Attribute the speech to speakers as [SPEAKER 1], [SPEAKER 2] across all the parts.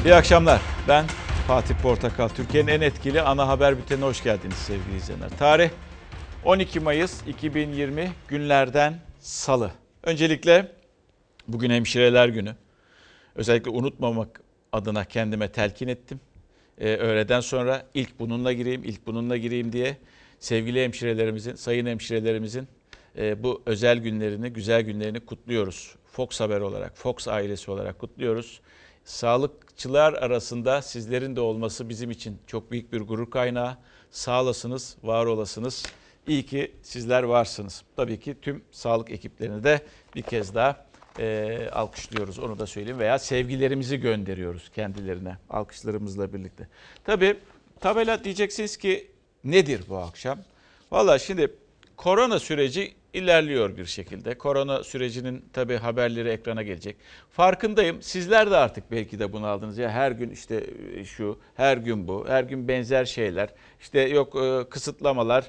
[SPEAKER 1] İyi akşamlar. Ben Fatih Portakal. Türkiye'nin en etkili ana haber bültenine hoş geldiniz sevgili izleyenler. Tarih 12 Mayıs 2020 günlerden Salı. Öncelikle bugün Hemşireler Günü. Özellikle unutmamak adına kendime telkin ettim. Öğleden sonra ilk bununla gireyim diye sevgili hemşirelerimizin, sayın hemşirelerimizin bu özel günlerini, güzel günlerini kutluyoruz. Fox Haber olarak, Fox ailesi olarak kutluyoruz. Sağlıkçılar arasında sizlerin de olması bizim için çok büyük bir gurur kaynağı. Sağ olasınız, var olasınız. İyi ki sizler varsınız. Tabii ki tüm sağlık ekiplerini de bir kez daha alkışlıyoruz, onu da söyleyeyim. Veya sevgilerimizi gönderiyoruz kendilerine alkışlarımızla birlikte. Tabii tabela diyeceksiniz ki nedir bu akşam? Valla şimdi korona süreci ilerliyor bir şekilde. Korona sürecinin tabii haberleri ekrana gelecek. Farkındayım. Sizler de artık belki de bunu aldınız. Ya her gün işte şu, her gün bu, her gün benzer şeyler. İşte yok kısıtlamalar,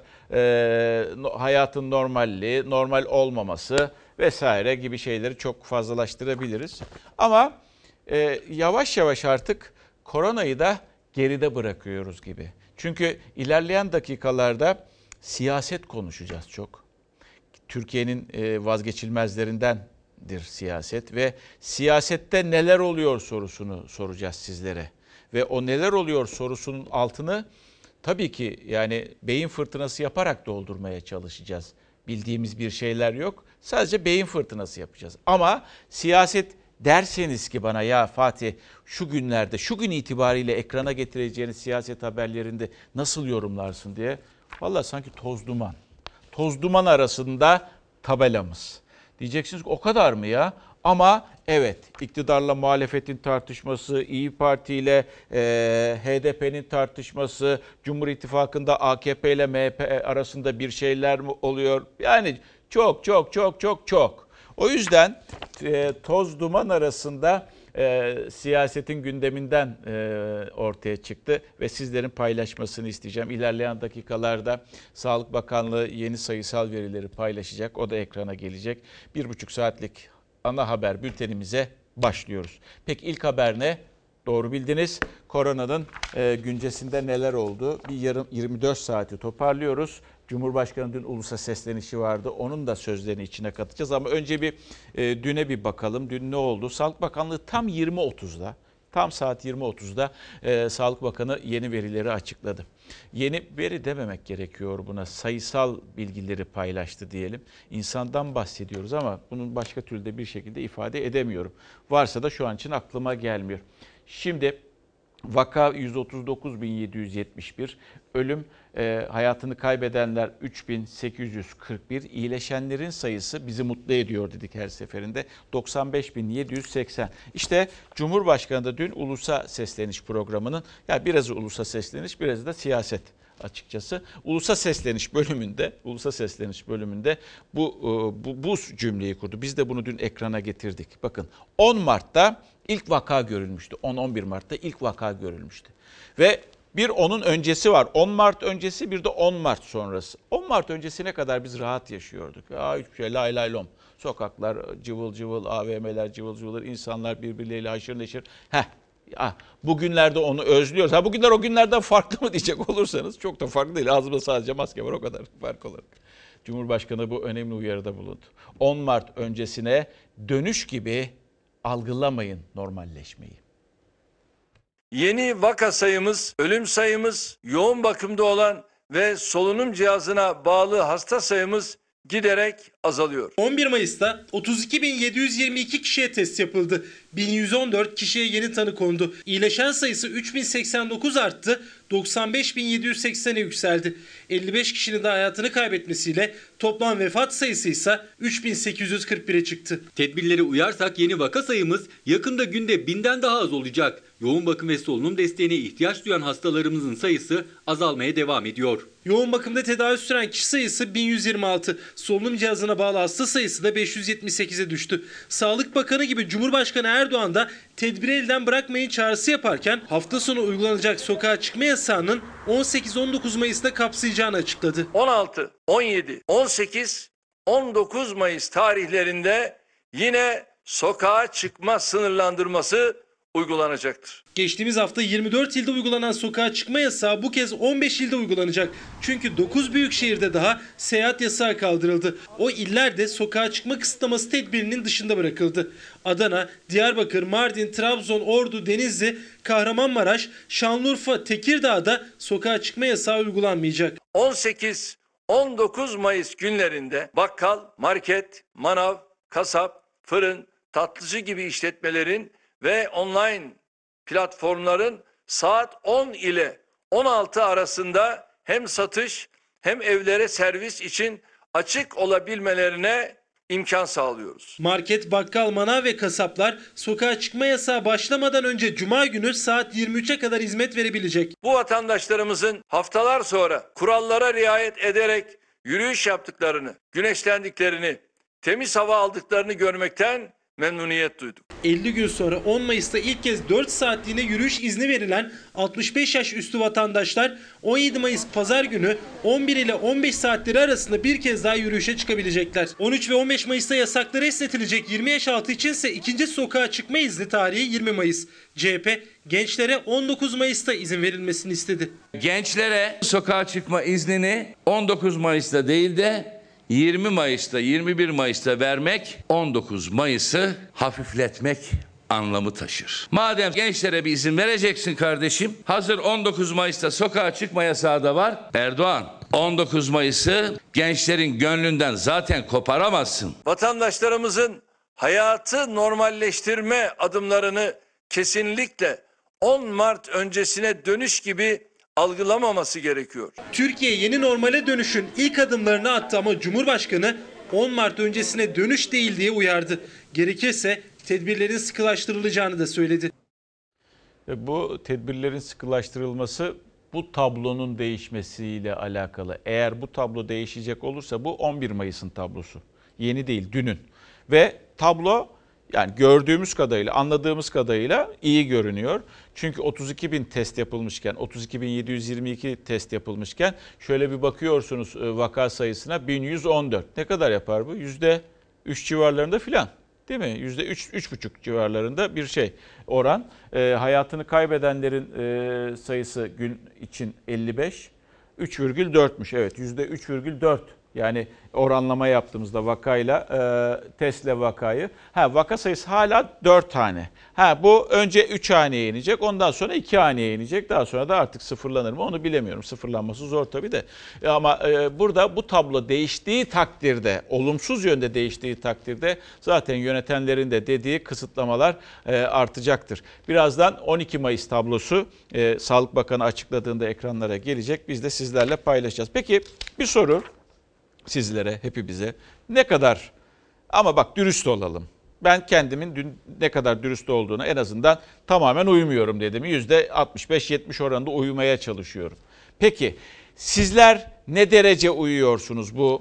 [SPEAKER 1] hayatın normalliği, normal olmaması vesaire gibi şeyleri çok fazlalaştırabiliriz. Ama yavaş yavaş artık koronayı da geride bırakıyoruz gibi. Çünkü ilerleyen dakikalarda siyaset konuşacağız çok. Türkiye'nin vazgeçilmezlerindendir siyaset ve siyasette neler oluyor sorusunu soracağız sizlere. Ve o neler oluyor sorusunun altını tabii ki yani beyin fırtınası yaparak doldurmaya çalışacağız. Bildiğimiz bir şeyler yok. Sadece beyin fırtınası yapacağız. Ama siyaset derseniz ki bana ya Fatih şu günlerde, şu gün itibariyle ekrana getireceğiniz siyaset haberlerinde nasıl yorumlarsın diye. Vallahi sanki toz duman. Toz duman arasında tabelamız. Diyeceksiniz ki o kadar mı ya? Ama evet, iktidarla muhalefetin tartışması, İYİ Parti ile HDP'nin tartışması, Cumhur İttifakı'nda AKP ile MHP arasında bir şeyler mi oluyor? Yani çok. O yüzden toz duman arasında siyasetin gündeminden ortaya çıktı ve sizlerin paylaşmasını isteyeceğim. İlerleyen dakikalarda Sağlık Bakanlığı yeni sayısal verileri paylaşacak. O da ekrana gelecek. 1,5 saatlik ana haber bültenimize başlıyoruz. Peki ilk haber ne? Doğru bildiniz. Koronanın güncesinde neler oldu? Bir 24 saati toparlıyoruz. Cumhurbaşkanı dün ulusa seslenişi vardı. Onun da sözlerini içine katacağız. Ama önce bir düne bir bakalım. Dün ne oldu? Sağlık Bakanlığı tam 20.30'da, tam saat 20.30'da Sağlık Bakanı yeni verileri açıkladı. Yeni veri dememek gerekiyor buna. Sayısal bilgileri paylaştı diyelim. İnsandan bahsediyoruz ama bunun başka türlü de bir şekilde ifade edemiyorum. Varsa da şu an için aklıma gelmiyor. Şimdi vaka 139.771, ölüm hayatını kaybedenler 3.841, iyileşenlerin sayısı bizi mutlu ediyor dedik her seferinde 95.780. İşte Cumhurbaşkanı da dün ulusa sesleniş programının, ya biraz ulusa sesleniş biraz da siyaset açıkçası. Ulusa sesleniş bölümünde bu cümleyi kurdu. Biz de bunu dün ekrana getirdik. Bakın 10 Mart'ta ilk vaka görülmüştü. 10-11 Mart'ta ilk vaka görülmüştü. Ve bir onun öncesi var. 10 Mart öncesi, bir de 10 Mart sonrası. 10 Mart öncesine kadar biz rahat yaşıyorduk. Ya hiçbir şey lay lay lom. Sokaklar cıvıl cıvıl, AVM'ler cıvıl cıvıl, insanlar birbirleriyle haşır neşir. Bugünlerde onu özlüyoruz. Bugünler o günlerden farklı mı diyecek olursanız çok da farklı değil. Ağzımda sadece maske var, o kadar fark olarak. Cumhurbaşkanı bu önemli uyarıda bulundu. 10 Mart öncesine dönüş gibi algılamayın normalleşmeyi.
[SPEAKER 2] Yeni vaka sayımız, ölüm sayımız, yoğun bakımda olan ve solunum cihazına bağlı hasta sayımız giderek azalıyor.
[SPEAKER 3] 11 Mayıs'ta 32.722 kişiye test yapıldı. 1114 kişiye yeni tanı kondu. İyileşen sayısı 3089 arttı. 95.780'e yükseldi. 55 kişinin de hayatını kaybetmesiyle toplam vefat sayısı ise 3.841'e çıktı.
[SPEAKER 4] Tedbirlere uyarsak yeni vaka sayımız yakında günde 1000'den daha az olacak. Yoğun bakım ve solunum desteğine ihtiyaç duyan hastalarımızın sayısı azalmaya devam ediyor.
[SPEAKER 3] Yoğun bakımda tedavi süren kişi sayısı 1126. Solunum cihazına bağlı hasta sayısı da 578'e düştü. Sağlık Bakanı gibi Cumhurbaşkanı Erdoğan da tedbiri elden bırakmayın çağrısı yaparken hafta sonu uygulanacak sokağa çıkma yasağının 18-19 Mayıs'ta kapsayacağını açıkladı.
[SPEAKER 2] 16, 17, 18, 19 Mayıs tarihlerinde yine sokağa çıkma sınırlandırması uygulanacaktır.
[SPEAKER 3] Geçtiğimiz hafta 24 ilde uygulanan sokağa çıkma yasağı bu kez 15 ilde uygulanacak. Çünkü 9 büyük şehirde daha seyahat yasağı kaldırıldı. O iller de sokağa çıkma kısıtlaması tedbirinin dışında bırakıldı. Adana, Diyarbakır, Mardin, Trabzon, Ordu, Denizli, Kahramanmaraş, Şanlıurfa, Tekirdağ'da sokağa çıkma yasağı uygulanmayacak.
[SPEAKER 2] 18-19 Mayıs günlerinde bakkal, market, manav, kasap, fırın, tatlıcı gibi işletmelerin ve online platformların saat 10 ile 16 arasında hem satış hem evlere servis için açık olabilmelerine imkan sağlıyoruz.
[SPEAKER 3] Market, bakkal, manav ve kasaplar sokağa çıkma yasağı başlamadan önce Cuma günü saat 23'e kadar hizmet verebilecek.
[SPEAKER 2] Bu vatandaşlarımızın haftalar sonra kurallara riayet ederek yürüyüş yaptıklarını, güneşlendiklerini, temiz hava aldıklarını görmekten memnuniyet duyduk.
[SPEAKER 3] 50 gün sonra 10 Mayıs'ta ilk kez 4 saatliğine yürüyüş izni verilen 65 yaş üstü vatandaşlar 17 Mayıs Pazar günü 11 ile 15 saatleri arasında bir kez daha yürüyüşe çıkabilecekler. 13 ve 15 Mayıs'ta yasakları esnetilecek 20 yaş altı içinse ikinci sokağa çıkma izni tarihi 20 Mayıs. CHP gençlere 19 Mayıs'ta izin verilmesini istedi.
[SPEAKER 5] Gençlere sokağa çıkma iznini 19 Mayıs'ta değil de 20 Mayıs'ta, 21 Mayıs'ta vermek 19 Mayıs'ı hafifletmek anlamı taşır. Madem gençlere bir izin vereceksin kardeşim, hazır 19 Mayıs'ta sokağa çıkma yasağı da var. Erdoğan, 19 Mayıs'ı gençlerin gönlünden zaten koparamazsın.
[SPEAKER 2] Vatandaşlarımızın hayatı normalleştirme adımlarını kesinlikle 10 Mart öncesine dönüş gibi algılamaması gerekiyor.
[SPEAKER 3] Türkiye yeni normale dönüşün ilk adımlarını attı ama Cumhurbaşkanı 10 Mart öncesine dönüş değil diye uyardı. Gerekirse tedbirlerin sıkılaştırılacağını da söyledi.
[SPEAKER 1] Bu tedbirlerin sıkılaştırılması bu tablonun değişmesiyle alakalı. Eğer bu tablo değişecek olursa bu 11 Mayıs'ın tablosu. Yeni değil, dünün. Ve tablo yani gördüğümüz kadarıyla, anladığımız kadarıyla iyi görünüyor. Çünkü 32.000 test yapılmışken, 32.722 test yapılmışken şöyle bir bakıyorsunuz vaka sayısına 1114. Ne kadar yapar bu? %3 civarlarında filan. Değil mi? %3,5 civarlarında bir şey oran. Hayatını kaybedenlerin sayısı gün için 55. 3,4'müş. Evet, %3,4. Yani oranlama yaptığımızda vakayla testle vakayı. Vaka sayısı hala 4 tane. Bu önce 3 haneye inecek, ondan sonra 2 haneye inecek. Daha sonra da artık sıfırlanır mı onu bilemiyorum. Sıfırlanması zor tabii de. Ama burada bu tablo değiştiği takdirde, olumsuz yönde değiştiği takdirde zaten yönetenlerin de dediği kısıtlamalar artacaktır. Birazdan 12 Mayıs tablosu Sağlık Bakanı açıkladığında ekranlara gelecek. Biz de sizlerle paylaşacağız. Peki bir soru sizlere, hepimize. Ne kadar, ama bak dürüst olalım. Ben kendimin dün ne kadar dürüst olduğunu en azından tamamen uyumuyorum dedim. %65-70 oranında uyumaya çalışıyorum. Peki sizler ne derece uyuyorsunuz bu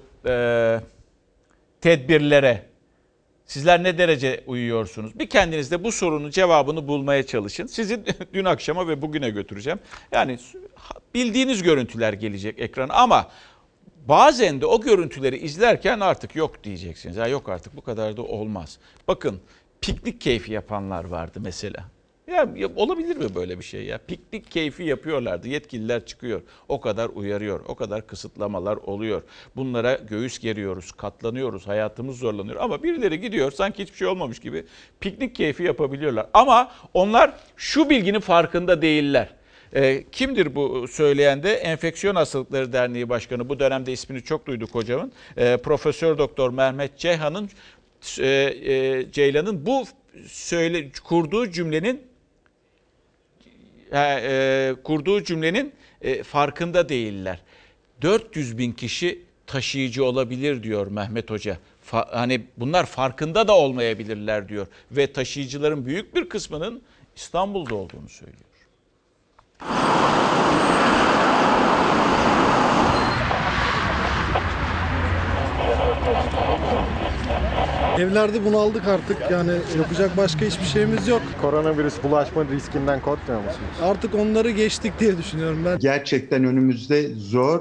[SPEAKER 1] tedbirlere? Sizler ne derece uyuyorsunuz? Bir kendinizde bu sorunun cevabını bulmaya çalışın. Sizi dün akşama ve bugüne götüreceğim. Yani bildiğiniz görüntüler gelecek ekrana ama bazen de o görüntüleri izlerken artık yok diyeceksiniz. Ya yok artık bu kadar da olmaz. Bakın piknik keyfi yapanlar vardı mesela. Ya olabilir mi böyle bir şey ya? Piknik keyfi yapıyorlardı. Yetkililer çıkıyor. O kadar uyarıyor. O kadar kısıtlamalar oluyor. Bunlara göğüs geriyoruz, katlanıyoruz, hayatımız zorlanıyor. Ama birileri gidiyor sanki hiçbir şey olmamış gibi piknik keyfi yapabiliyorlar. Ama onlar şu bilginin farkında değiller. Kimdir bu söyleyen de? Enfeksiyon Hastalıkları Derneği Başkanı, bu dönemde ismini çok duyduk hocamın. Profesör Doktor Mehmet Ceylan'ın bu kurduğu cümlenin farkında değiller. 400.000 kişi taşıyıcı olabilir diyor Mehmet Hoca. Hani bunlar farkında da olmayabilirler diyor ve taşıyıcıların büyük bir kısmının İstanbul'da olduğunu söylüyor.
[SPEAKER 6] Evlerde bunaldık artık, yani yapacak başka hiçbir şeyimiz yok.
[SPEAKER 7] Koronavirüs bulaşma riskinden korkmuyor musunuz?
[SPEAKER 6] Artık onları geçtik diye düşünüyorum ben.
[SPEAKER 8] Gerçekten önümüzde zor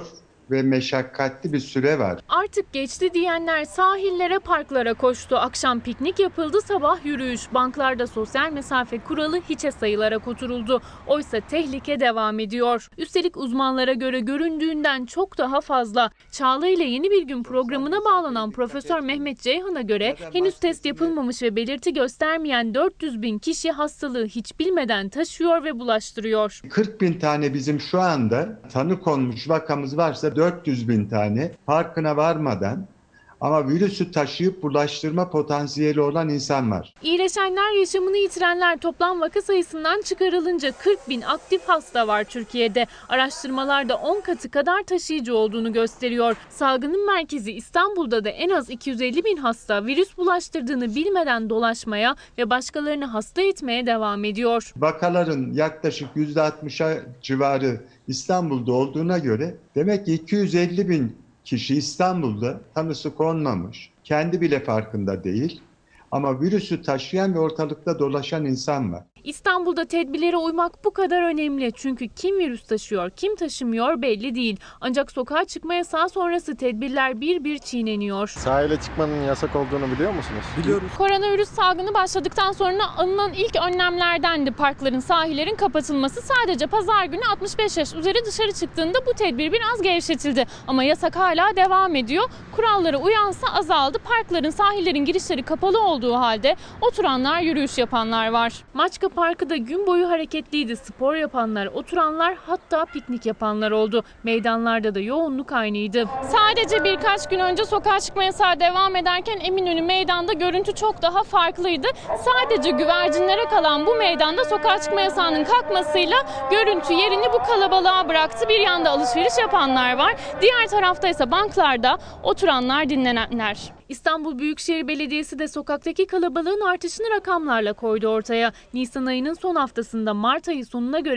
[SPEAKER 7] ve meşakkatli bir süre var.
[SPEAKER 8] Artık geçti diyenler sahillere, parklara koştu. Akşam piknik yapıldı, sabah yürüyüş. Banklarda sosyal mesafe kuralı hiçe sayılarak oturuldu. Oysa tehlike devam ediyor. Üstelik uzmanlara göre göründüğünden çok daha fazla. Çağla ile Yeni Bir Gün programına bağlanan Profesör Mehmet Ceyhan'a göre henüz test yapılmamış ve belirti göstermeyen 400 bin kişi hastalığı hiç bilmeden taşıyor ve bulaştırıyor.
[SPEAKER 7] 40 bin tane bizim şu anda tanı konmuş vakamız varsa 400 bin tane farkına varmadan ama virüsü taşıyıp bulaştırma potansiyeli olan insan var.
[SPEAKER 8] İyileşenler, yaşamını yitirenler toplam vaka sayısından çıkarılınca 40 bin aktif hasta var Türkiye'de. Araştırmalarda 10 katı kadar taşıyıcı olduğunu gösteriyor. Salgının merkezi İstanbul'da da en az 250 bin hasta virüs bulaştırdığını bilmeden dolaşmaya ve başkalarını hasta etmeye devam ediyor.
[SPEAKER 7] Vakaların yaklaşık %60'a civarı İstanbul'da olduğuna göre demek ki 250 bin kişi İstanbul'da tanısı konmamış, kendi bile farkında değil ama virüsü taşıyan ve ortalıkta dolaşan insan var.
[SPEAKER 8] İstanbul'da tedbirlere uymak bu kadar önemli. Çünkü kim virüs taşıyor, kim taşımıyor belli değil. Ancak sokağa çıkma yasağı sonrası tedbirler bir bir çiğneniyor.
[SPEAKER 6] Sahile çıkmanın yasak olduğunu biliyor musunuz?
[SPEAKER 9] Biliyoruz.
[SPEAKER 8] Koronavirüs salgını başladıktan sonra alınan ilk önlemlerdendi parkların, sahillerin kapatılması. Sadece pazar günü 65 yaş üzeri dışarı çıktığında bu tedbir biraz gevşetildi. Ama yasak hala devam ediyor. Kurallara uyansa azaldı. Parkların, sahillerin girişleri kapalı olduğu halde oturanlar, yürüyüş yapanlar var. Maçka Parkı da gün boyu hareketliydi. Spor yapanlar, oturanlar, hatta piknik yapanlar oldu. Meydanlarda da yoğunluk aynıydı. Sadece birkaç gün önce sokağa çıkma yasağı devam ederken Eminönü meydanda görüntü çok daha farklıydı. Sadece güvercinlere kalan bu meydanda sokağa çıkma yasağının kalkmasıyla görüntü yerini bu kalabalığa bıraktı. Bir yanda alışveriş yapanlar var. Diğer tarafta ise banklarda oturanlar, dinlenenler. İstanbul Büyükşehir Belediyesi de sokaktaki kalabalığın artışını rakamlarla koydu ortaya. Nisan ayının son haftasında Mart ayı sonuna göre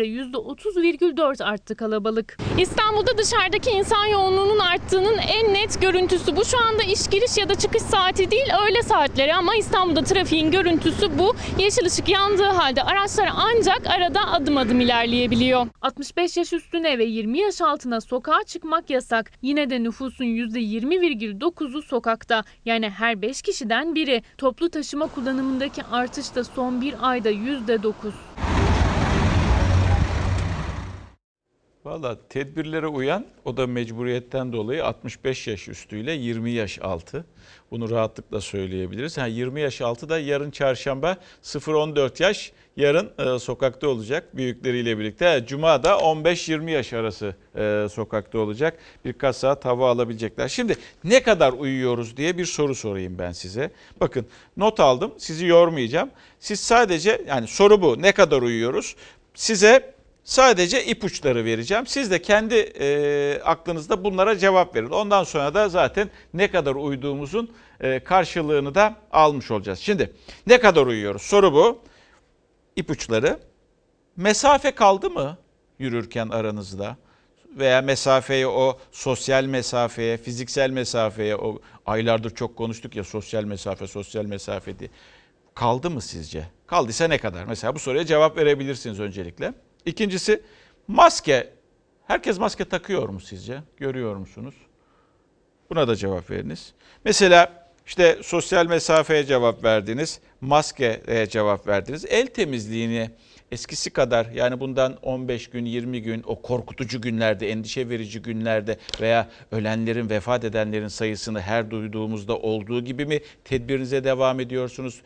[SPEAKER 8] %30,4 arttı kalabalık. İstanbul'da dışarıdaki insan yoğunluğunun arttığının en net görüntüsü bu. Şu anda iş giriş ya da çıkış saati değil, öğle saatleri, ama İstanbul'da trafiğin görüntüsü bu. Yeşil ışık yandığı halde araçlar ancak arada adım adım ilerleyebiliyor. 65 yaş üstüne ve 20 yaş altına sokağa çıkmak yasak. Yine de nüfusun %20,9'u sokakta. Yani her 5 kişiden biri. Toplu taşıma kullanımındaki artış da son bir ayda %9.
[SPEAKER 1] Valla tedbirlere uyan, o da mecburiyetten dolayı 65 yaş üstüyle 20 yaş altı. Bunu rahatlıkla söyleyebiliriz. 20 yaş altı da yarın çarşamba 0-14 yaş yarın sokakta olacak büyükleriyle birlikte. Cuma da 15-20 yaş arası sokakta olacak. Birkaç saat hava alabilecekler. Şimdi ne kadar uyuyoruz diye bir soru sorayım ben size. Bakın not aldım, sizi yormayacağım. Siz sadece, yani soru bu, ne kadar uyuyoruz? Size sadece ipuçları vereceğim. Siz de kendi aklınızda bunlara cevap verin. Ondan sonra da zaten ne kadar uyuduğumuzun karşılığını da almış olacağız. Şimdi ne kadar uyuyoruz? Soru bu. İpuçları. Mesafe kaldı mı yürürken aranızda? Veya mesafeye, o sosyal mesafeye, fiziksel mesafeye, o aylardır çok konuştuk ya, sosyal mesafe diye. Kaldı mı sizce? Kaldıysa ne kadar? Mesela bu soruya cevap verebilirsiniz öncelikle. İkincisi, maske. Herkes maske takıyor mu sizce? Görüyor musunuz? Buna da cevap veriniz. Mesela işte sosyal mesafeye cevap verdiniz, maskeye cevap verdiniz. El temizliğini eskisi kadar, yani bundan 15 gün, 20 gün, o korkutucu günlerde, endişe verici günlerde veya ölenlerin, vefat edenlerin sayısını her duyduğumuzda olduğu gibi mi tedbirinize devam ediyorsunuz,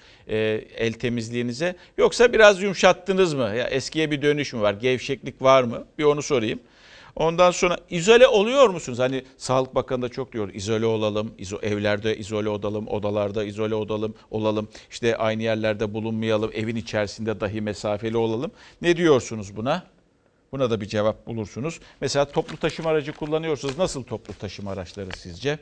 [SPEAKER 1] el temizliğinize? Yoksa biraz yumuşattınız mı? Ya eskiye bir dönüş mü var? Gevşeklik var mı? Bir onu sorayım. Ondan sonra izole oluyor musunuz? Hani Sağlık Bakanı da çok diyor, izole olalım, evlerde izole olalım, odalarda izole olalım, işte aynı yerlerde bulunmayalım, evin içerisinde dahi mesafeli olalım. Ne diyorsunuz buna? Buna da bir cevap bulursunuz. Mesela toplu taşıma aracı kullanıyorsunuz. Nasıl toplu taşıma araçları sizce?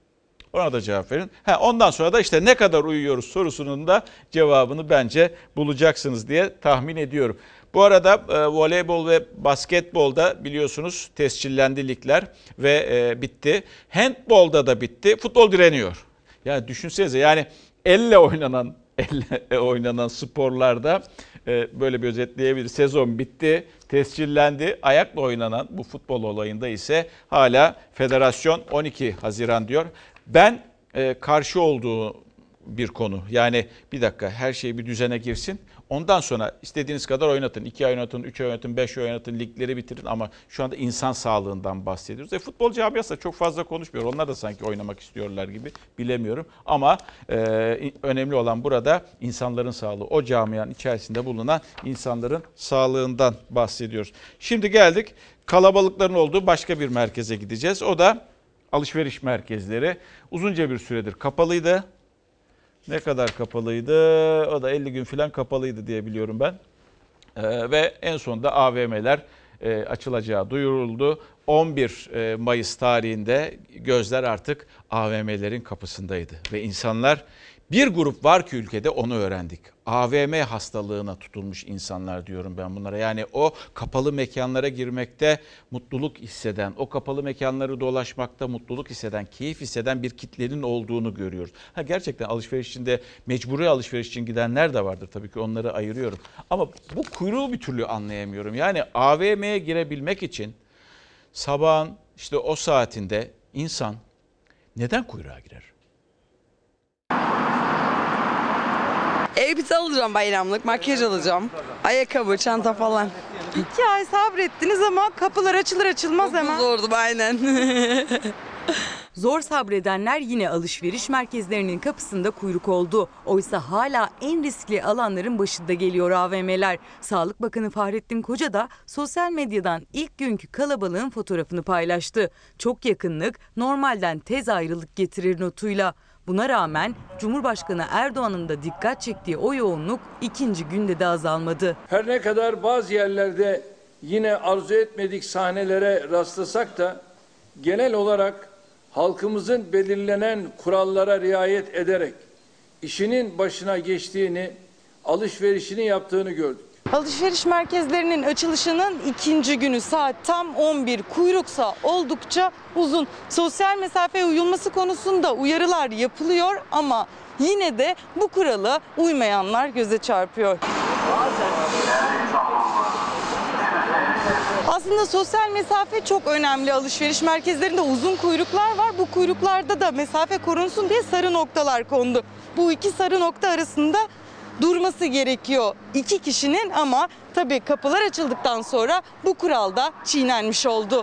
[SPEAKER 1] Ona da cevap verin. Ondan sonra da işte ne kadar uyuyoruz sorusunun da cevabını bence bulacaksınız diye tahmin ediyorum. Bu arada voleybol ve basketbolda biliyorsunuz tescillendi ligler ve bitti. Handbolda da bitti. Futbol direniyor. Yani düşünsenize, yani elle oynanan elle oynanan sporlarda böyle bir özetleyebiliriz. Sezon bitti, tescillendi. Ayakla oynanan bu futbol olayında ise hala federasyon 12 Haziran diyor. Ben karşı olduğu bir konu. Yani bir dakika, her şey bir düzene girsin. Ondan sonra istediğiniz kadar oynatın. 2 ay oynatın, 3 ay oynatın, 5 ay oynatın, ligleri bitirin ama şu anda insan sağlığından bahsediyoruz. Futbol camiası da çok fazla konuşmuyor. Onlar da sanki oynamak istiyorlar gibi, bilemiyorum. Ama önemli olan burada insanların sağlığı. O camianın içerisinde bulunan insanların sağlığından bahsediyoruz. Şimdi geldik, kalabalıkların olduğu başka bir merkeze gideceğiz. O da alışveriş merkezleri. Uzunca bir süredir kapalıydı. Ne kadar kapalıydı? O da 50 gün falan kapalıydı diye biliyorum ben. Ve en sonunda AVM'ler açılacağı duyuruldu. 11 Mayıs tarihinde gözler artık AVM'lerin kapısındaydı. Ve insanlar, bir grup var ki ülkede, onu öğrendik. AVM hastalığına tutulmuş insanlar diyorum ben bunlara. Yani o kapalı mekanlara girmekte mutluluk hisseden, o kapalı mekanları dolaşmakta mutluluk hisseden, keyif hisseden bir kitlenin olduğunu görüyoruz. Gerçekten alışveriş içinde, mecburi alışveriş için gidenler de vardır tabii ki, onları ayırıyorum. Ama bu kuyruğu bir türlü anlayamıyorum. Yani AVM'ye girebilmek için sabahın işte o saatinde insan neden kuyruğa girer?
[SPEAKER 9] Elbise alacağım, bayramlık, makyaj alacağım, ayakkabı, çanta falan.
[SPEAKER 10] 2 ay sabrettiniz ama kapılar açılır açılmaz hemen.
[SPEAKER 9] Zordu aynen.
[SPEAKER 10] Zor sabredenler yine alışveriş merkezlerinin kapısında kuyruk oldu. Oysa hala en riskli alanların başında geliyor AVM'ler. Sağlık Bakanı Fahrettin Koca da sosyal medyadan ilk günkü kalabalığın fotoğrafını paylaştı. Çok yakınlık normalden tez ayrılık getirir notuyla. Buna rağmen Cumhurbaşkanı Erdoğan'ın da dikkat çektiği o yoğunluk ikinci günde de azalmadı.
[SPEAKER 2] Her ne kadar bazı yerlerde yine arzu etmedik sahnelere rastlasak da genel olarak halkımızın belirlenen kurallara riayet ederek işinin başına geçtiğini, alışverişini yaptığını gördük.
[SPEAKER 10] Alışveriş merkezlerinin açılışının ikinci günü, saat tam 11. Kuyruksa oldukça uzun. Sosyal mesafeye uyulması konusunda uyarılar yapılıyor ama yine de bu kurala uymayanlar göze çarpıyor. Aslında sosyal mesafe çok önemli. Alışveriş merkezlerinde uzun kuyruklar var. Bu kuyruklarda da mesafe korunsun diye sarı noktalar kondu. Bu iki sarı nokta arasında durması gerekiyor 2 kişinin ama tabii kapılar açıldıktan sonra bu kural da çiğnenmiş oldu.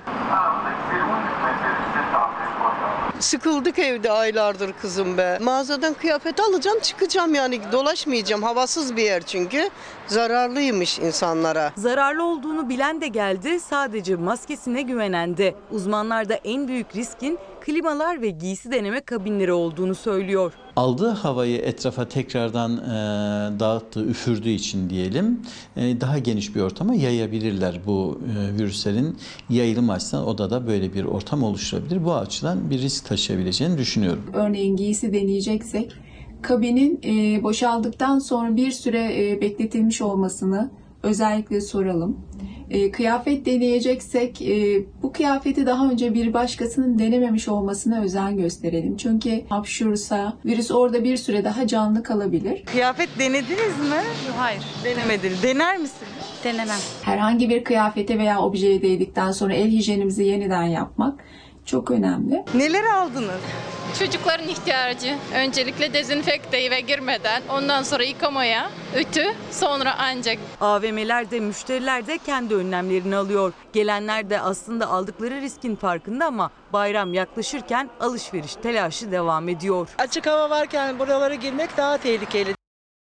[SPEAKER 11] Sıkıldık evde aylardır kızım be. Mağazadan kıyafet alacağım, çıkacağım, yani dolaşmayacağım. Havasız bir yer çünkü. Zararlıymış insanlara.
[SPEAKER 10] Zararlı olduğunu bilen de geldi, sadece maskesine güvenen de. Uzmanlar da en büyük riskin klimalar ve giysi deneme kabinleri olduğunu söylüyor.
[SPEAKER 12] Aldığı havayı etrafa tekrardan dağıttığı, üfürdüğü için diyelim, daha geniş bir ortama yayabilirler bu virüslerin yayılım açısından. Odada böyle bir ortam oluşturabilir. Bu açıdan bir risk taşıyabileceğini düşünüyorum.
[SPEAKER 13] Örneğin giysi deneyeceksek kabinin boşaldıktan sonra bir süre bekletilmiş olmasını özellikle soralım. Kıyafet deneyeceksek bu kıyafeti daha önce bir başkasının denememiş olmasına özen gösterelim. Çünkü hapşursa virüs orada bir süre daha canlı kalabilir.
[SPEAKER 10] Kıyafet denediniz mi?
[SPEAKER 13] Hayır.
[SPEAKER 10] Denemediniz. Dener misiniz?
[SPEAKER 13] Denemem. Herhangi bir kıyafete veya objeye değdikten sonra el hijyenimizi yeniden yapmak çok önemli.
[SPEAKER 10] Neler aldınız?
[SPEAKER 14] Çocukların ihtiyacı. Öncelikle dezenfekte eve girmeden, ondan sonra yıkamaya, ütü, sonra ancak.
[SPEAKER 10] AVM'lerde müşteriler de kendi önlemlerini alıyor. Gelenler de aslında aldıkları riskin farkında ama bayram yaklaşırken alışveriş telaşı devam ediyor.
[SPEAKER 11] Açık hava varken buralara girmek daha tehlikeli.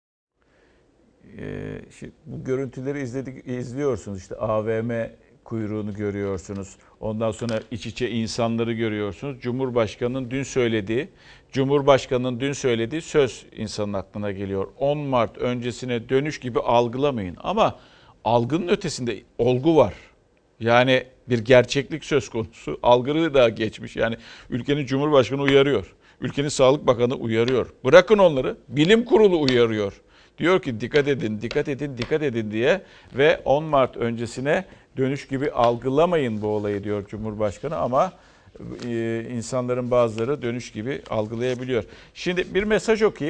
[SPEAKER 1] Bu görüntüleri izliyorsunuz. İşte AVM kuyruğunu görüyorsunuz. Ondan sonra iç içe insanları görüyorsunuz. Cumhurbaşkanının dün söylediği söz insanın aklına geliyor. 10 Mart öncesine dönüş gibi algılamayın. Ama algının ötesinde olgu var. Yani bir gerçeklik söz konusu. Algıyı da geçmiş. Yani ülkenin Cumhurbaşkanı uyarıyor. Ülkenin Sağlık Bakanı uyarıyor. Bırakın onları. Bilim Kurulu uyarıyor. Diyor ki dikkat edin, dikkat edin, dikkat edin diye ve 10 Mart öncesine dönüş gibi algılamayın bu olayı diyor Cumhurbaşkanı ama insanların bazıları dönüş gibi algılayabiliyor. Şimdi bir mesaj okuyayım.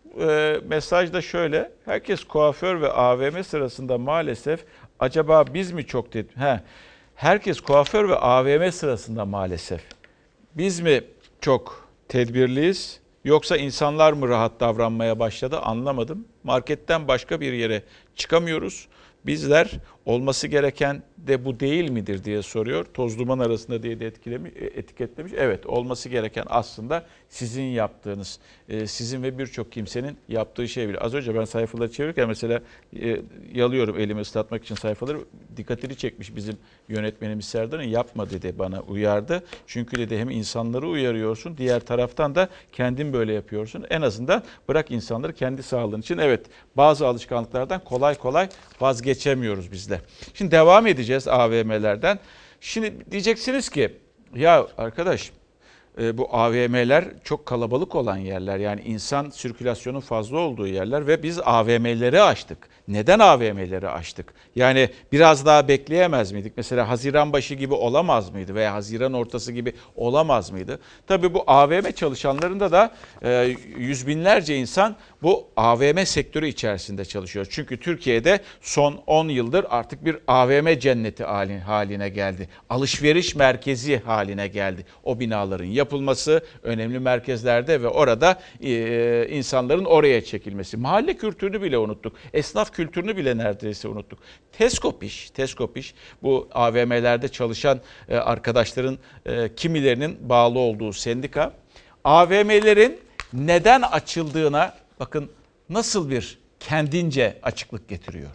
[SPEAKER 1] mesaj da şöyle. Herkes kuaför ve AVM sırasında maalesef acaba biz mi çok herkes kuaför ve AVM sırasında maalesef biz mi çok tedbirliyiz yoksa insanlar mı rahat davranmaya başladı anlamadım. Marketten başka bir yere çıkamıyoruz. Bizler olması gereken de bu değil midir diye soruyor. Toz duman arasında diye de etiketlemiş. Evet, olması gereken aslında sizin yaptığınız, sizin ve birçok kimsenin yaptığı şey bile. Az önce ben sayfaları çevirirken mesela yalıyorum elimi ıslatmak için sayfaları. Dikkatini çekmiş bizim yönetmenimiz Serdar'ın, yapma dedi, bana uyardı. Çünkü dedi hem insanları uyarıyorsun, diğer taraftan da kendin böyle yapıyorsun. En azından bırak insanları kendi sağlığın için. Evet, bazı alışkanlıklardan kolay kolay vazgeçemiyoruz bizler. Şimdi devam edeceğiz AVM'lerden. Şimdi diyeceksiniz ki ya arkadaş bu AVM'ler çok kalabalık olan yerler, yani insan sirkülasyonun fazla olduğu yerler ve biz AVM'leri açtık. Neden AVM'leri açtık? Yani biraz daha bekleyemez miydik? Mesela Haziran başı gibi olamaz mıydı veya Haziran ortası gibi olamaz mıydı? Tabii bu AVM çalışanlarında da yüz binlerce insan bu AVM sektörü içerisinde çalışıyor. Çünkü Türkiye'de son 10 yıldır artık bir AVM cenneti haline geldi. Alışveriş merkezi haline geldi. O binaların yapılması önemli merkezlerde ve orada insanların oraya çekilmesi. Mahalle kültürünü bile unuttuk. Esnaf kültürünü bile neredeyse unuttuk. Teskopiş bu AVM'lerde çalışan arkadaşların kimilerinin bağlı olduğu sendika AVM'lerin neden açıldığına bakın nasıl bir kendince açıklık getiriyor.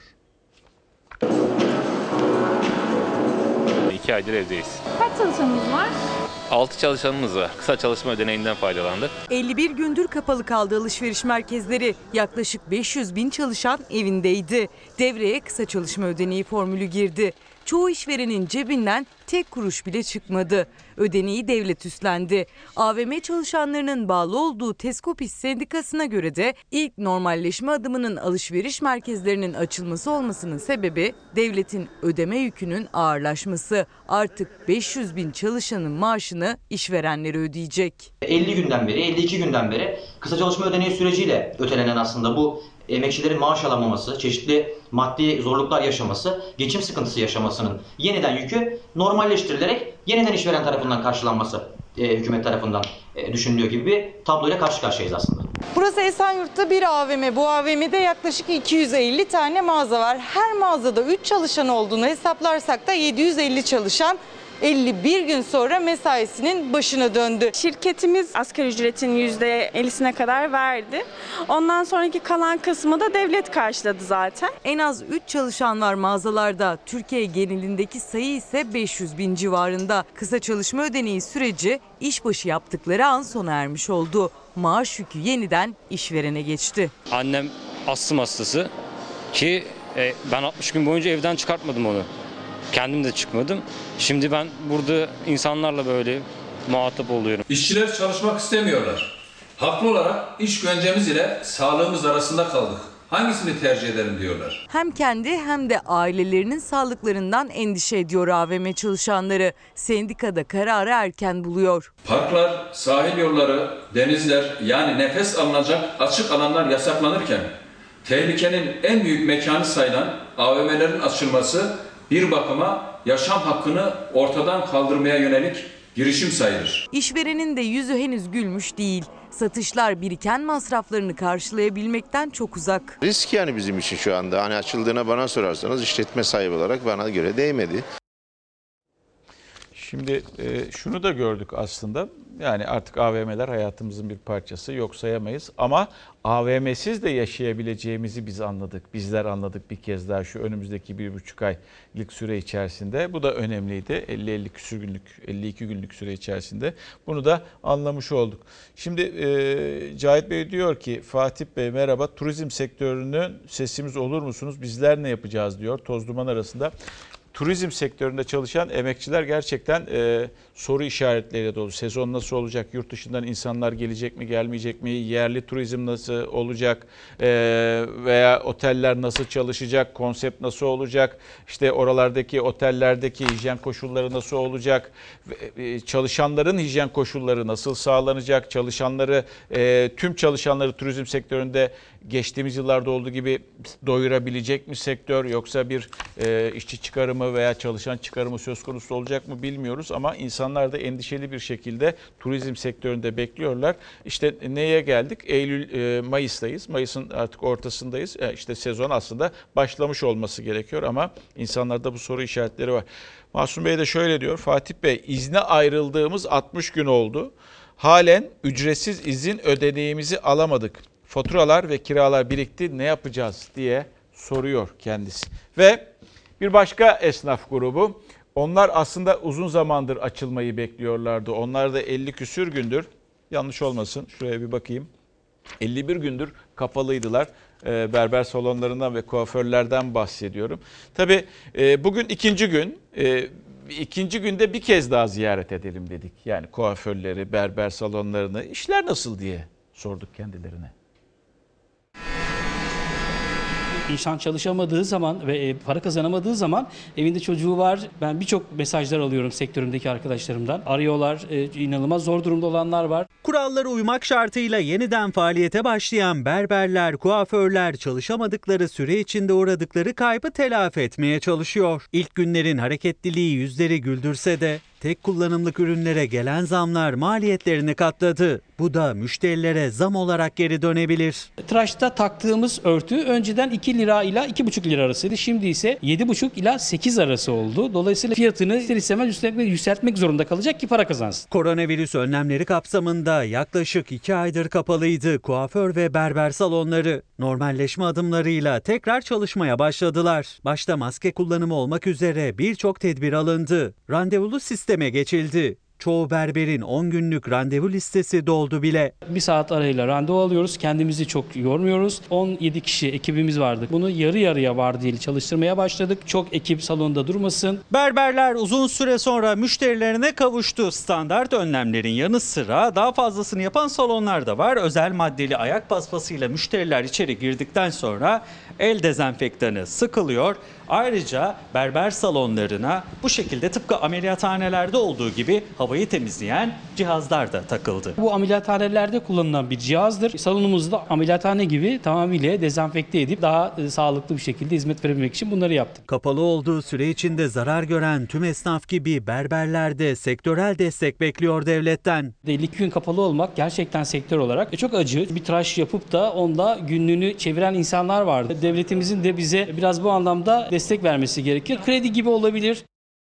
[SPEAKER 15] 2 aydır evdeyiz.
[SPEAKER 8] Kaç çalışanınız var?
[SPEAKER 15] 6 çalışanımız var. Kısa çalışma ödeneğinden faydalandık.
[SPEAKER 10] 51 gündür kapalı kaldı alışveriş merkezleri. Yaklaşık 500 bin çalışan evindeydi. Devreye kısa çalışma ödeneği formülü girdi. Çoğu işverenin cebinden tek kuruş bile çıkmadı. Ödeneği devlet üstlendi. AVM çalışanlarının bağlı olduğu Teskopis Sendikası'na göre de ilk normalleşme adımının alışveriş merkezlerinin açılması olmasının sebebi devletin ödeme yükünün ağırlaşması. Artık 500 bin çalışanın maaşını işverenleri ödeyecek.
[SPEAKER 16] 50 günden beri, 52 günden beri kısa çalışma ödeneği süreciyle ötelenen aslında bu emekçilerin maaş alamaması, çeşitli maddi zorluklar yaşaması, geçim sıkıntısı yaşamasının yeniden yükü normalleştirilerek yeniden işveren tarafından karşılanması hükümet tarafından düşünülüyor gibi bir tabloyla karşı karşıyayız aslında.
[SPEAKER 10] Burası Esenyurt'ta bir AVM. Bu AVM'de yaklaşık 250 tane mağaza var. Her mağazada 3 çalışan olduğunu hesaplarsak da 750 çalışan 51 gün sonra mesaisinin başına döndü.
[SPEAKER 17] Şirketimiz asgari ücretin %50'sine kadar verdi. Ondan sonraki kalan kısmı da devlet karşıladı zaten.
[SPEAKER 10] En az 3 çalışan var mağazalarda. Türkiye genelindeki sayı ise 500 bin civarında. Kısa çalışma ödeneği süreci işbaşı yaptıkları an sona ermiş oldu. Maaş yükü yeniden işverene geçti.
[SPEAKER 18] Annem astım hastası ki ben 60 gün boyunca evden çıkartmadım onu. Kendim de çıkmadım. Şimdi ben burada insanlarla böyle muhatap oluyorum.
[SPEAKER 19] İşçiler çalışmak istemiyorlar. Haklı olarak iş güvencemiz ile sağlığımız arasında kaldık. Hangisini tercih ederim diyorlar.
[SPEAKER 10] Hem kendi hem de ailelerinin sağlıklarından endişe ediyor AVM çalışanları. Sendikada kararı erken buluyor.
[SPEAKER 19] Parklar, sahil yolları, denizler, yani nefes alınacak açık alanlar yasaklanırken tehlikenin en büyük mekanı sayılan AVM'lerin açılması bir bakıma yaşam hakkını ortadan kaldırmaya yönelik girişim sayılır.
[SPEAKER 10] İşverenin de yüzü henüz gülmüş değil. Satışlar biriken masraflarını karşılayabilmekten çok uzak.
[SPEAKER 20] Risk yani bizim için şu anda. Hani açıldığına bana sorarsanız işletme sahibi olarak bana göre değmedi.
[SPEAKER 1] Şimdi şunu da gördük aslında. Yani artık AVM'ler hayatımızın bir parçası, yok sayamayız. Ama AVM'siz de yaşayabileceğimizi biz anladık. Bizler anladık bir kez daha şu önümüzdeki 1,5 aylık süre içerisinde. Bu da önemliydi. 50 küsur günlük, 52 günlük süre içerisinde. Bunu da anlamış olduk. Şimdi Cahit Bey diyor ki, Fatih Bey merhaba, turizm sektörünün sesimiz olur musunuz? Bizler ne yapacağız diyor, toz duman arasında. turizm sektöründe çalışan emekçiler gerçekten soru işaretleriyle dolu. Sezon nasıl olacak? Yurt dışından insanlar gelecek mi, gelmeyecek mi? Yerli turizm nasıl olacak? Veya oteller nasıl çalışacak? Konsept nasıl olacak? İşte oralardaki otellerdeki hijyen koşulları nasıl olacak? Çalışanların hijyen koşulları nasıl sağlanacak? Tüm çalışanları turizm sektöründe geçtiğimiz yıllarda olduğu gibi doyurabilecek mi sektör, yoksa bir işçi çıkarımı veya çalışan çıkarımı söz konusu olacak mı bilmiyoruz, ama insanlar da endişeli bir şekilde turizm sektöründe bekliyorlar. İşte neye geldik? Mayıs'tayız. Mayıs'ın artık ortasındayız. İşte sezon aslında başlamış olması gerekiyor ama insanlarda bu soru işaretleri var. Mahsun Bey de şöyle diyor: Fatih Bey, izne ayrıldığımız 60 gün oldu. Halen ücretsiz izin ödeneğimizi alamadık. Faturalar ve kiralar birikti, ne yapacağız diye soruyor kendisi. Ve bir başka esnaf grubu, onlar aslında uzun zamandır açılmayı bekliyorlardı. Onlar da 50 küsür gündür, yanlış olmasın şuraya bir bakayım, 51 gündür kapalıydılar. Berber salonlarından ve kuaförlerden bahsediyorum. Tabii bugün ikinci gün. İkinci günde bir kez daha ziyaret edelim dedik. Yani kuaförleri, berber salonlarını, işler nasıl diye sorduk kendilerine.
[SPEAKER 21] İnsan çalışamadığı zaman ve para kazanamadığı zaman evinde çocuğu var. Ben birçok mesajlar alıyorum sektörümdeki arkadaşlarımdan. Arıyorlar, inanılmaz zor durumda olanlar var.
[SPEAKER 22] Kurallara uymak şartıyla yeniden faaliyete başlayan berberler, kuaförler çalışamadıkları süre içinde uğradıkları kaybı telafi etmeye çalışıyor. İlk günlerin hareketliliği yüzleri güldürse de tek kullanımlık ürünlere gelen zamlar maliyetlerini katladı. Bu da müşterilere zam olarak geri dönebilir.
[SPEAKER 21] Tıraşta taktığımız örtü önceden 2 lira ile 2,5 lira arasıydı. Şimdi ise 7,5 ila 8 arası oldu. Dolayısıyla fiyatını ister istemez yükseltmek zorunda kalacak ki para kazansın.
[SPEAKER 22] Koronavirüs önlemleri kapsamında yaklaşık 2 aydır kapalıydı kuaför ve berber salonları. Normalleşme adımlarıyla tekrar çalışmaya başladılar. Başta maske kullanımı olmak üzere birçok tedbir alındı. Randevulu sisteme geçildi. Çoğu berberin 10 günlük randevu listesi doldu bile.
[SPEAKER 21] 1 saat arayla randevu alıyoruz. Kendimizi çok yormuyoruz. 17 kişi ekibimiz vardı. Bunu yarı yarıya vardiyeli çalıştırmaya başladık. Çok ekip salonda durmasın.
[SPEAKER 22] Berberler uzun süre sonra müşterilerine kavuştu. Standart önlemlerin yanı sıra daha fazlasını yapan salonlar da var. Özel maddeli ayak paspasıyla müşteriler içeri girdikten sonra el dezenfektanı sıkılıyor. Ayrıca berber salonlarına bu şekilde tıpkı ameliyathanelerde olduğu gibi havayı temizleyen cihazlar da takıldı.
[SPEAKER 21] Bu ameliyathanelerde kullanılan bir cihazdır. Salonumuzda ameliyathane gibi tamamıyla dezenfekte edip daha sağlıklı bir şekilde hizmet verebilmek için bunları yaptık.
[SPEAKER 22] Kapalı olduğu süre içinde zarar gören tüm esnaf gibi berberler de sektörel destek bekliyor devletten.
[SPEAKER 21] 52 gün kapalı olmak gerçekten sektör olarak çok acı. Bir tıraş yapıp da onda günlüğünü çeviren insanlar vardı. Devletimizin de bize biraz bu anlamda destek vermesi gerekir. Kredi gibi olabilir.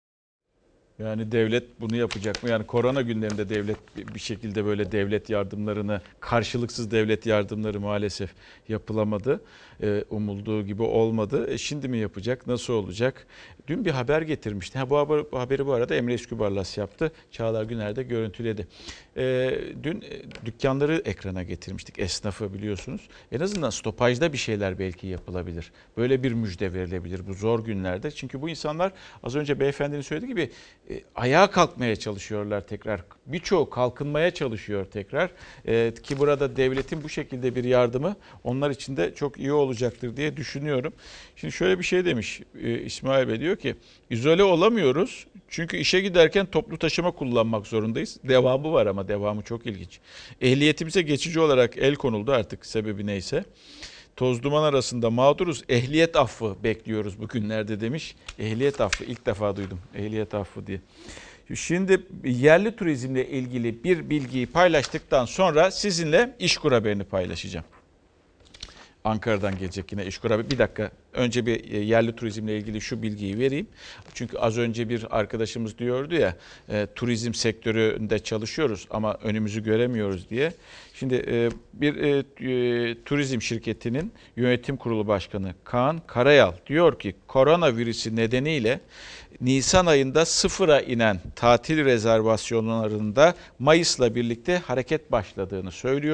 [SPEAKER 1] Yani devlet bunu yapacak mı? Yani korona günlerinde devlet bir şekilde böyle devlet yardımlarını, karşılıksız devlet yardımları maalesef yapılamadı. Umulduğu gibi olmadı. Şimdi mi yapacak? Nasıl olacak? Dün bir haber getirmişti. Bu haberi bu arada Emre Eskübarlas yaptı. Çağlar Güner de görüntüledi. Dün dükkanları ekrana getirmiştik. Esnafı biliyorsunuz. En azından stopajda bir şeyler belki yapılabilir. Böyle bir müjde verilebilir bu zor günlerde. Çünkü bu insanlar az önce beyefendinin söylediği gibi ayağa kalkmaya çalışıyorlar tekrar. Birçoğu kalkınmaya çalışıyor tekrar. Ki burada devletin bu şekilde bir yardımı onlar için de çok iyi olacaktır diye düşünüyorum. Şimdi şöyle bir şey demiş İsmail Bey, diyor ki izole olamıyoruz. Çünkü işe giderken toplu taşıma kullanmak zorundayız. Devamı var ama devamı çok ilginç. Ehliyetimize geçici olarak el konuldu, artık sebebi neyse. Toz duman arasında mağduruz. Ehliyet affı bekliyoruz bugünlerde demiş. Ehliyet affı, ilk defa duydum ehliyet affı diye. Şimdi yerli turizmle ilgili bir bilgiyi paylaştıktan sonra sizinle İşkur haberini paylaşacağım. Ankara'dan gelecek yine İşkur haberi. Bir dakika, önce bir yerli turizmle ilgili şu bilgiyi vereyim. Çünkü az önce bir arkadaşımız diyordu ya, turizm sektöründe çalışıyoruz ama önümüzü göremiyoruz diye. Şimdi bir turizm şirketinin yönetim kurulu başkanı Kaan Karayal diyor ki koronavirüsü nedeniyle Nisan ayında sıfıra inen tatil rezervasyonlarında Mayıs'la birlikte hareket başladığını söylüyor.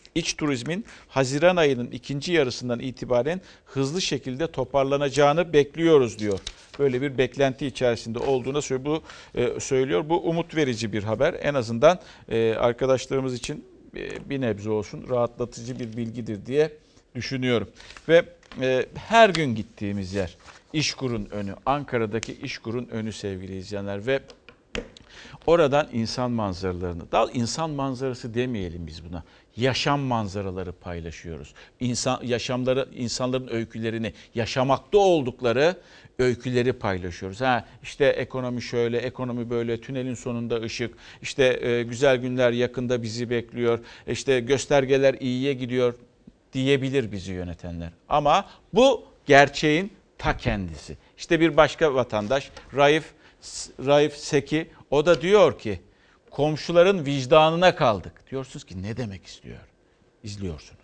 [SPEAKER 1] İç turizmin Haziran ayının ikinci yarısından itibaren hızlı şekilde toparlanacağını bekliyoruz diyor. Böyle bir beklenti içerisinde olduğunu söylüyor. Bu umut verici bir haber. En azından arkadaşlarımız için bir nebze olsun rahatlatıcı bir bilgidir diye düşünüyorum. Ve her gün gittiğimiz yer İşkur'un önü, Ankara'daki İşkur'un önü sevgili izleyenler ve oradan insan manzaralarını, daha insan manzarası demeyelim biz buna, yaşam manzaraları paylaşıyoruz. İnsanların öykülerini, yaşamakta oldukları öyküleri paylaşıyoruz. İşte ekonomi şöyle, ekonomi böyle, tünelin sonunda ışık, işte güzel günler yakında bizi bekliyor, işte göstergeler iyiye gidiyor diyebilir bizi yönetenler. Ama bu gerçeğin ta kendisi. İşte bir başka vatandaş Raif Seki, o da diyor ki komşuların vicdanına kaldık. Diyorsunuz ki ne demek istiyor? İzliyorsunuz.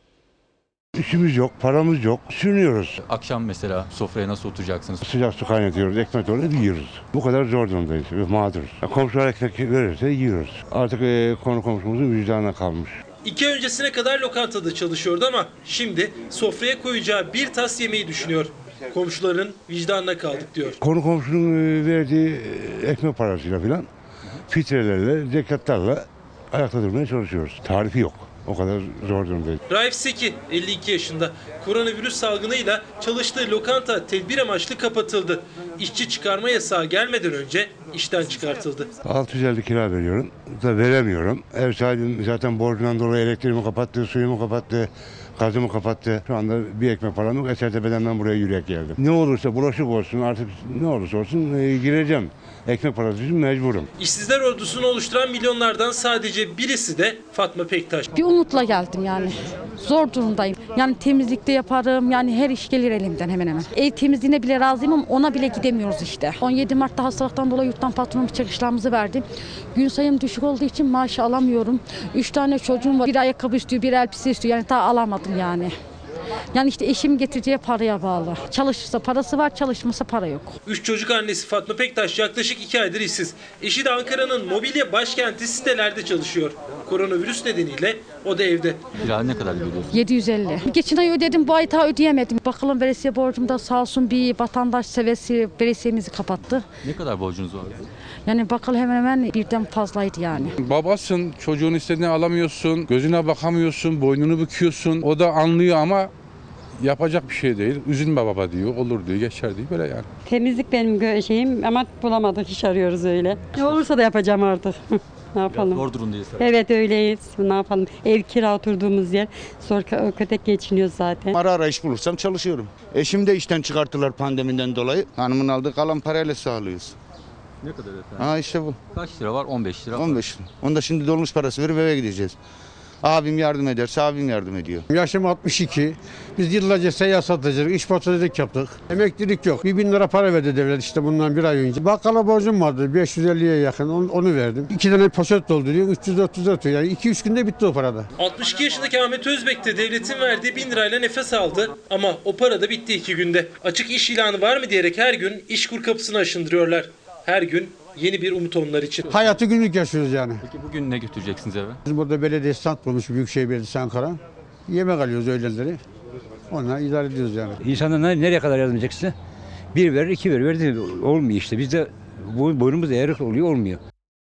[SPEAKER 4] İşimiz yok, paramız yok, sürünüyoruz.
[SPEAKER 5] Akşam mesela sofraya nasıl oturacaksınız?
[SPEAKER 4] Sıcak su kaynatıyoruz, ekmek oluyor, yiyoruz. Bu kadar zor durumdayız ve mağduruz. Komşular ekmek verirse yiyoruz. Artık konu komşumuzun vicdanına kalmış.
[SPEAKER 3] 2 ay öncesine kadar lokantada çalışıyordu ama şimdi sofraya koyacağı bir tas yemeği düşünüyor. Komşuların vicdanına kaldık diyor.
[SPEAKER 4] Konu komşunun verdiği ekmek parasıyla filan, fitrelerle, zekatlarla ayakta durmaya çalışıyoruz. Tarifi yok. O kadar zor durumdayız.
[SPEAKER 3] Raif Seki 52 yaşında. Koronavirüs salgınıyla çalıştığı lokanta tedbir amaçlı kapatıldı. İşçi çıkarma yasağı gelmeden önce işten çıkartıldı.
[SPEAKER 4] 650 kira veriyorum. Da veremiyorum. Ev sahibim zaten borcundan dolayı elektriğimi kapattı, suyumu kapattı, gazımı kapattı. Şu anda bir ekmek param yok. Esertepe'den ben buraya yürüyerek geldim. Ne olursa bulaşık olsun artık ne olursa olsun gireceğim. Ekmek parası için mecburum.
[SPEAKER 3] İşsizler ordusunu oluşturan milyonlardan sadece birisi de Fatma Pektaş.
[SPEAKER 23] Bir umutla geldim yani. Zor durumdayım. Yani temizlikte yaparım. Yani her iş gelir elimden hemen hemen. Ev temizliğine bile razıyım ama ona bile gidemiyoruz işte. 17 Mart'ta hastalıktan dolayı yurttan patronum çıkışlarımızı verdim. Gün sayım düşük olduğu için maaşı alamıyorum. 3 tane çocuğum var. Bir ayakkabı istiyor, bir elbise istiyor. Yani daha alamadım yani. Yani işte eşim getireceği paraya bağlı. Çalışırsa parası var, çalışmasa para yok.
[SPEAKER 3] 3 çocuk annesi Fatma Pektaş yaklaşık 2 aydır işsiz. Eşi de Ankara'nın mobilya başkenti sitelerde çalışıyor. Koronavirüs nedeniyle o da evde.
[SPEAKER 5] Kira ne kadar veriyorsunuz?
[SPEAKER 23] 750. Geçen ay ödedim, bu ay daha ödeyemedim. Bakalım veresiye borcum da sağ olsun bir vatandaş seviyesi veresiyemizi kapattı.
[SPEAKER 5] Ne kadar borcunuz var?
[SPEAKER 23] Yani bakalım hemen hemen birden fazlaydı yani.
[SPEAKER 24] Babasın, çocuğun istediğini alamıyorsun, gözüne bakamıyorsun, boynunu büküyorsun. O da anlıyor ama yapacak bir şey değil. Üzülme baba diyor, olur diyor, geçer diyor böyle yani.
[SPEAKER 25] Temizlik benim şeyim ama bulamadık, iş arıyoruz öyle. Ne olursa da yapacağım artık. Ne yapalım?
[SPEAKER 5] Zor durumdayız.
[SPEAKER 25] Evet öyleyiz. Ne yapalım? Ev kira oturduğumuz yer. Sonra kötek geçiniyoruz zaten.
[SPEAKER 26] Ara ara iş bulursam çalışıyorum. Eşim de işten çıkarttılar pandemiden dolayı. Hanımın aldığı kalan parayla sağlıyoruz.
[SPEAKER 5] Ne kadar efendim?
[SPEAKER 26] Ha işte bu.
[SPEAKER 5] Kaç lira var? 15 lira.
[SPEAKER 26] 15 lira. Onda şimdi dolmuş parası verip eve gideceğiz. Abim yardım ederse abim yardım ediyor.
[SPEAKER 27] Yaşım 62. Biz yıllarca seyyar satıcılık, iş portacılık yaptık. Emeklilik yok. 1000 lira para verdi devlet işte bundan bir ay önce. Bakkala borcum vardı 550'ye yakın onu verdim. 2 tane poşet dolduruyor 300-400 atıyor. Yani 2-3 günde bitti o parada.
[SPEAKER 3] 62 yaşındaki Ahmet Özbek de devletin verdiği 1000 lirayla nefes aldı ama o para da bitti 2 günde. Açık iş ilanı var mı diyerek her gün İşkur kapısını aşındırıyorlar. Her gün yeni bir umut onlar için.
[SPEAKER 27] Hayatı günlük yaşıyoruz yani.
[SPEAKER 5] Peki bugün ne götüreceksiniz eve?
[SPEAKER 27] Biz burada belediye stand bulmuş Büyükşehir Belediyesi Ankara. Yemek alıyoruz öğlenleri. Onunla idare ediyoruz yani.
[SPEAKER 28] İnsanlar nereye kadar yardım edeceksin? Bir verir, iki verir. Olmuyor işte. Bizde boynumuz eğrik oluyor, olmuyor.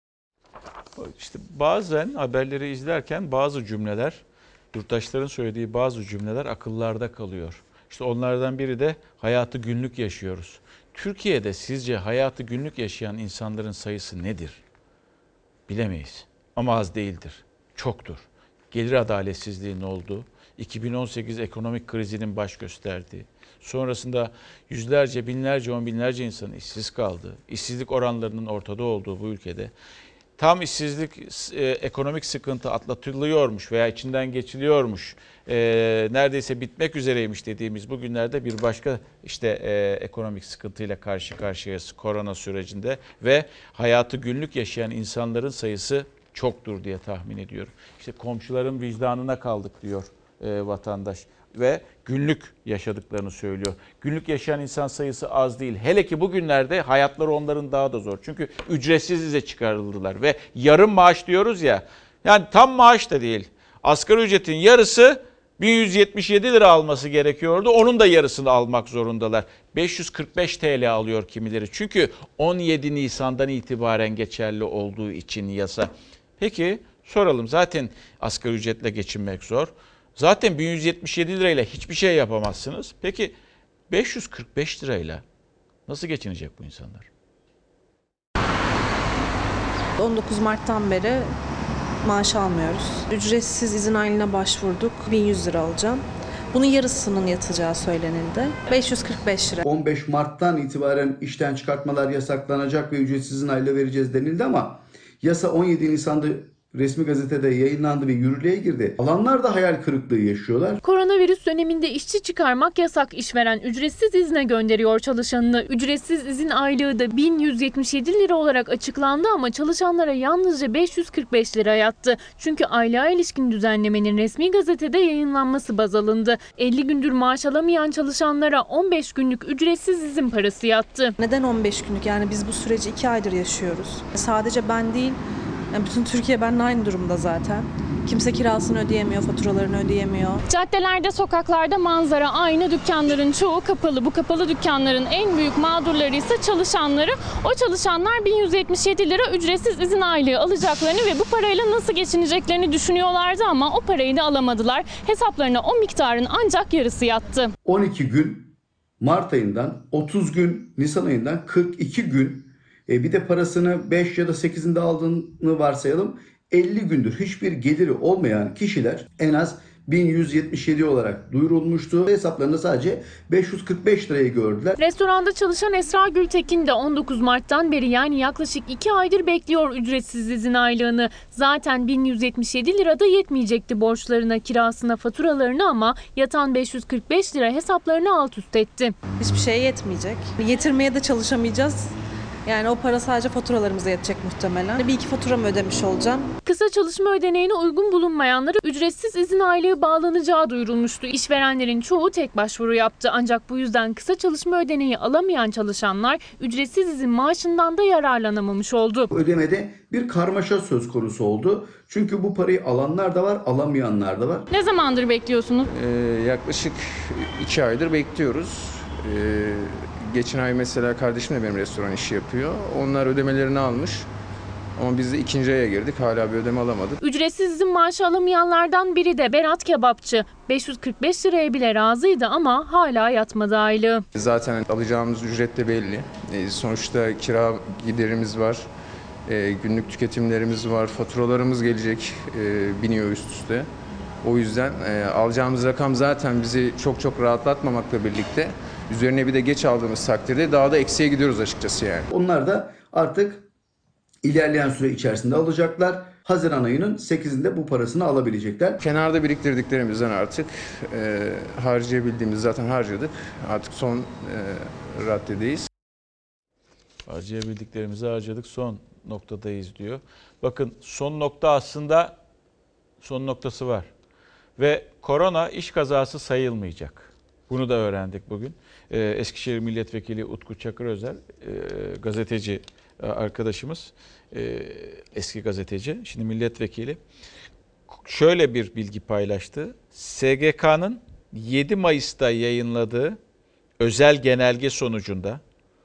[SPEAKER 1] İşte bazen haberleri izlerken bazı cümleler, yurttaşların söylediği bazı cümleler akıllarda kalıyor. İşte onlardan biri de hayatı günlük yaşıyoruz. Türkiye'de sizce hayatı günlük yaşayan insanların sayısı nedir? Bilemeyiz ama az değildir, çoktur. Gelir adaletsizliğinin olduğu, 2018 ekonomik krizinin baş gösterdiği, sonrasında yüzlerce, binlerce, on binlerce insanın işsiz kaldığı, işsizlik oranlarının ortada olduğu bu ülkede tam işsizlik, ekonomik sıkıntı atlatılıyormuş veya içinden geçiliyormuş, neredeyse bitmek üzereymiş dediğimiz bu günlerde bir başka işte ekonomik sıkıntıyla karşı karşıyayız korona sürecinde ve hayatı günlük yaşayan insanların sayısı çoktur diye tahmin ediyorum. İşte komşuların vicdanına kaldık diyor vatandaş ve günlük yaşadıklarını söylüyor. Günlük yaşayan insan sayısı az değil. Hele ki bugünlerde hayatları onların daha da zor. Çünkü ücretsiz izne çıkarıldılar ve yarım maaş diyoruz ya. Yani tam maaş da değil. asgari ücretin yarısı 1177 lira alması gerekiyordu. Onun da yarısını almak zorundalar. 545 TL alıyor kimileri. Çünkü 17 Nisan'dan itibaren geçerli olduğu için yasa. Peki soralım, zaten asgari ücretle geçinmek zor. Zaten 1177 lirayla hiçbir şey yapamazsınız. Peki 545 lirayla nasıl geçinecek bu insanlar?
[SPEAKER 2] 19 Mart'tan beri maaş almıyoruz. Ücretsiz izin aylinine başvurduk. 1100 lira alacağım. Bunun yarısının yatacağı söylenildi. 545 lira.
[SPEAKER 6] 15 Mart'tan itibaren işten çıkartmalar yasaklanacak ve ücretsiz izin aylığı vereceğiz denildi ama yasa 17 Nisan'da resmi gazetede yayınlandı ve yürürlüğe girdi. Alanlar da hayal kırıklığı yaşıyorlar.
[SPEAKER 8] Koronavirüs döneminde işçi çıkarmak yasak. İşveren ücretsiz izne gönderiyor çalışanını. Ücretsiz izin aylığı da 1177 lira olarak açıklandı ama çalışanlara yalnızca 545 lira yattı. Çünkü aylığa ilişkin düzenlemenin resmi gazetede yayınlanması baz alındı. 50 gündür maaş alamayan çalışanlara 15 günlük ücretsiz izin parası yattı.
[SPEAKER 2] Neden 15 günlük? Yani biz bu süreci 2 aydır yaşıyoruz. Sadece ben değil, bütün Türkiye benimle aynı durumda zaten. Kimse kirasını ödeyemiyor, faturalarını ödeyemiyor.
[SPEAKER 8] Caddelerde, sokaklarda manzara aynı. Dükkanların çoğu kapalı. Bu kapalı dükkanların en büyük mağdurları ise çalışanları. O çalışanlar 1177 lira ücretsiz izin aylığı alacaklarını ve bu parayla nasıl geçineceklerini düşünüyorlardı ama o parayı da alamadılar. Hesaplarına o miktarın ancak yarısı yattı.
[SPEAKER 6] 12 gün Mart ayından, 30 gün Nisan ayından, 42 gün bir de parasını 5 ya da 8'inde aldığını varsayalım. 50 gündür hiçbir geliri olmayan kişiler en az 1177 olarak duyurulmuştu. Hesaplarında sadece 545 lirayı gördüler.
[SPEAKER 8] Restoranda çalışan Esra Gültekin de 19 Mart'tan beri, yani yaklaşık 2 aydır bekliyor ücretsiz izin aylığını. Zaten 1177 lira da yetmeyecekti borçlarına, kirasına, faturalarına ama yatan 545 lira hesaplarını alt üst etti.
[SPEAKER 2] Hiçbir şeye yetmeyecek. Getirmeye de çalışamayacağız. Yani o para sadece faturalarımıza yetecek muhtemelen. Bir iki faturamı ödemiş olacağım.
[SPEAKER 8] Kısa çalışma ödeneğine uygun bulunmayanlara ücretsiz izin aylığı bağlanacağı duyurulmuştu. İşverenlerin çoğu tek başvuru yaptı. Ancak bu yüzden kısa çalışma ödeneği alamayan çalışanlar ücretsiz izin maaşından da yararlanamamış oldu.
[SPEAKER 6] Ödemede bir karmaşa söz konusu oldu. Çünkü bu parayı alanlar da var, alamayanlar da var.
[SPEAKER 8] Ne zamandır bekliyorsunuz?
[SPEAKER 7] Yaklaşık 2 aydır bekliyoruz. Geçen ay mesela kardeşim de benim restoran işi yapıyor. Onlar ödemelerini almış. Ama biz de 2. aya girdik. Hala bir ödeme alamadık.
[SPEAKER 8] Ücretsiz izin maaşı alamayanlardan biri de Berat Kebapçı. 545 liraya bile razıydı ama hala yatmadı aylığı.
[SPEAKER 7] Zaten alacağımız ücret de belli. Sonuçta kira giderimiz var. Günlük tüketimlerimiz var. Faturalarımız gelecek. Biniyor üst üste. O yüzden alacağımız rakam zaten bizi çok rahatlatmamakla birlikte üzerine bir de geç aldığımız takdirde daha da eksiye gidiyoruz açıkçası yani.
[SPEAKER 6] Onlar da artık ilerleyen süre içerisinde alacaklar. Haziran ayının 8'inde bu parasını alabilecekler.
[SPEAKER 7] Kenarda biriktirdiklerimizden artık harcayabildiğimiz zaten harcadık. Artık son raddedeyiz.
[SPEAKER 1] Harcayabildiklerimizi harcadık, son noktadayız diyor. Bakın son nokta aslında son noktası var. Ve korona iş kazası sayılmayacak. Bunu da öğrendik bugün. Eskişehir Milletvekili Utku Çakırözer, gazeteci arkadaşımız, eski gazeteci, şimdi milletvekili, şöyle bir bilgi paylaştı. SGK'nın 7 Mayıs'ta yayınladığı özel genelge sonucunda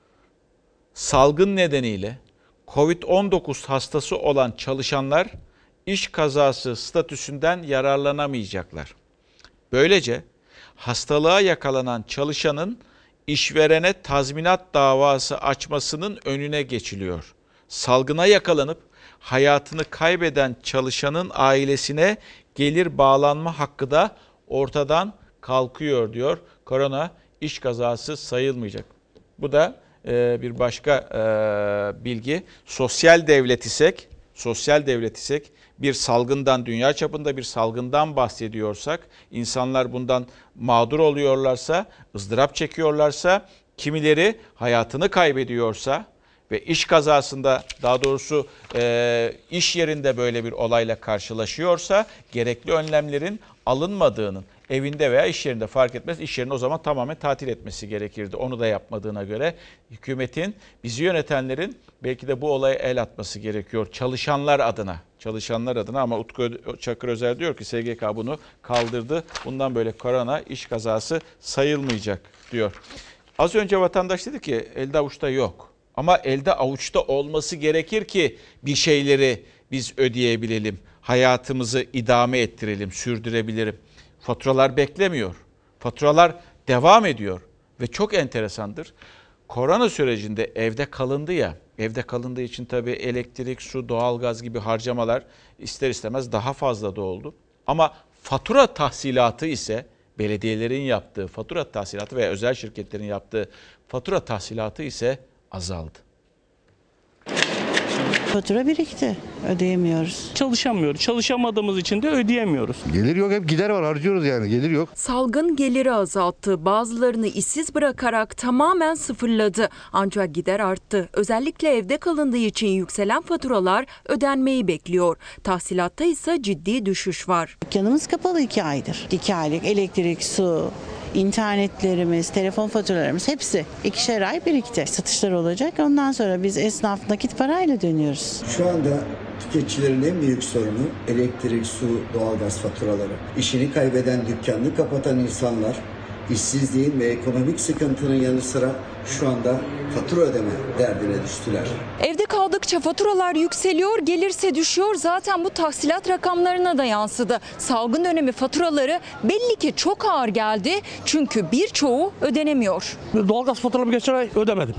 [SPEAKER 1] salgın nedeniyle COVID-19 hastası olan çalışanlar iş kazası statüsünden yararlanamayacaklar. Böylece hastalığa yakalanan çalışanın işverene tazminat davası açmasının önüne geçiliyor. Salgına yakalanıp hayatını kaybeden çalışanın ailesine gelir bağlanma hakkı da ortadan kalkıyor diyor. Korona iş kazası sayılmayacak. Bu da bir başka bilgi. Sosyal devlet isek bir salgından, dünya çapında bir salgından bahsediyorsak, insanlar bundan mağdur oluyorlarsa, ızdırap çekiyorlarsa, kimileri hayatını kaybediyorsa ve iş kazasında, daha doğrusu iş yerinde böyle bir olayla karşılaşıyorsa gerekli önlemlerin alınmadığının, evinde veya iş yerinde fark etmez, iş yerini o zaman tamamen tatil etmesi gerekirdi. Onu da yapmadığına göre hükümetin, bizi yönetenlerin belki de bu olaya el atması gerekiyor çalışanlar adına. Çalışanlar adına, ama Utku Çakır Özer diyor ki SGK bunu kaldırdı. Bundan böyle korona iş kazası sayılmayacak diyor. Az önce vatandaş dedi ki elde avuçta yok. Ama elde avuçta olması gerekir ki bir şeyleri biz ödeyebilelim. Hayatımızı idame ettirelim, sürdürebilirim. Faturalar beklemiyor. Faturalar devam ediyor. Ve çok enteresandır. Korona sürecinde evde kalındı ya, evde kalındığı için tabii elektrik, su, doğalgaz gibi harcamalar ister istemez daha fazla da oldu. Ama fatura tahsilatı ise belediyelerin yaptığı fatura tahsilatı veya özel şirketlerin yaptığı fatura tahsilatı ise azaldı.
[SPEAKER 9] Fatura birikti. Ödeyemiyoruz.
[SPEAKER 11] Çalışamıyoruz. Çalışamadığımız için de ödeyemiyoruz.
[SPEAKER 12] Gelir yok, hep gider var, harcıyoruz yani, gelir yok.
[SPEAKER 13] Salgın geliri azalttı. Bazılarını işsiz bırakarak tamamen sıfırladı. Ancak gider arttı. Özellikle evde kalındığı için yükselen faturalar ödenmeyi bekliyor. Tahsilatta ise ciddi düşüş var.
[SPEAKER 9] Dükkanımız kapalı 2 aydır. 2 aylık elektrik, su, İnternetlerimiz, telefon faturalarımız hepsi 2'şer ay birikti. Satışlar olacak. Ondan sonra biz esnaf nakit parayla dönüyoruz.
[SPEAKER 14] Şu anda tüketicilerin en büyük sorunu elektrik, su, doğalgaz faturaları. İşini kaybeden, dükkanını kapatan insanlar, işsizliğin ve ekonomik sıkıntının yanı sıra şu anda fatura ödeme derdine düştüler.
[SPEAKER 13] Evde kaldıkça faturalar yükseliyor, gelirse düşüyor. Zaten bu tahsilat rakamlarına da yansıdı. Salgın dönemi faturaları belli ki çok ağır geldi. Çünkü birçoğu ödenemiyor.
[SPEAKER 11] Doğalgaz faturamı geçen ay ödemedim.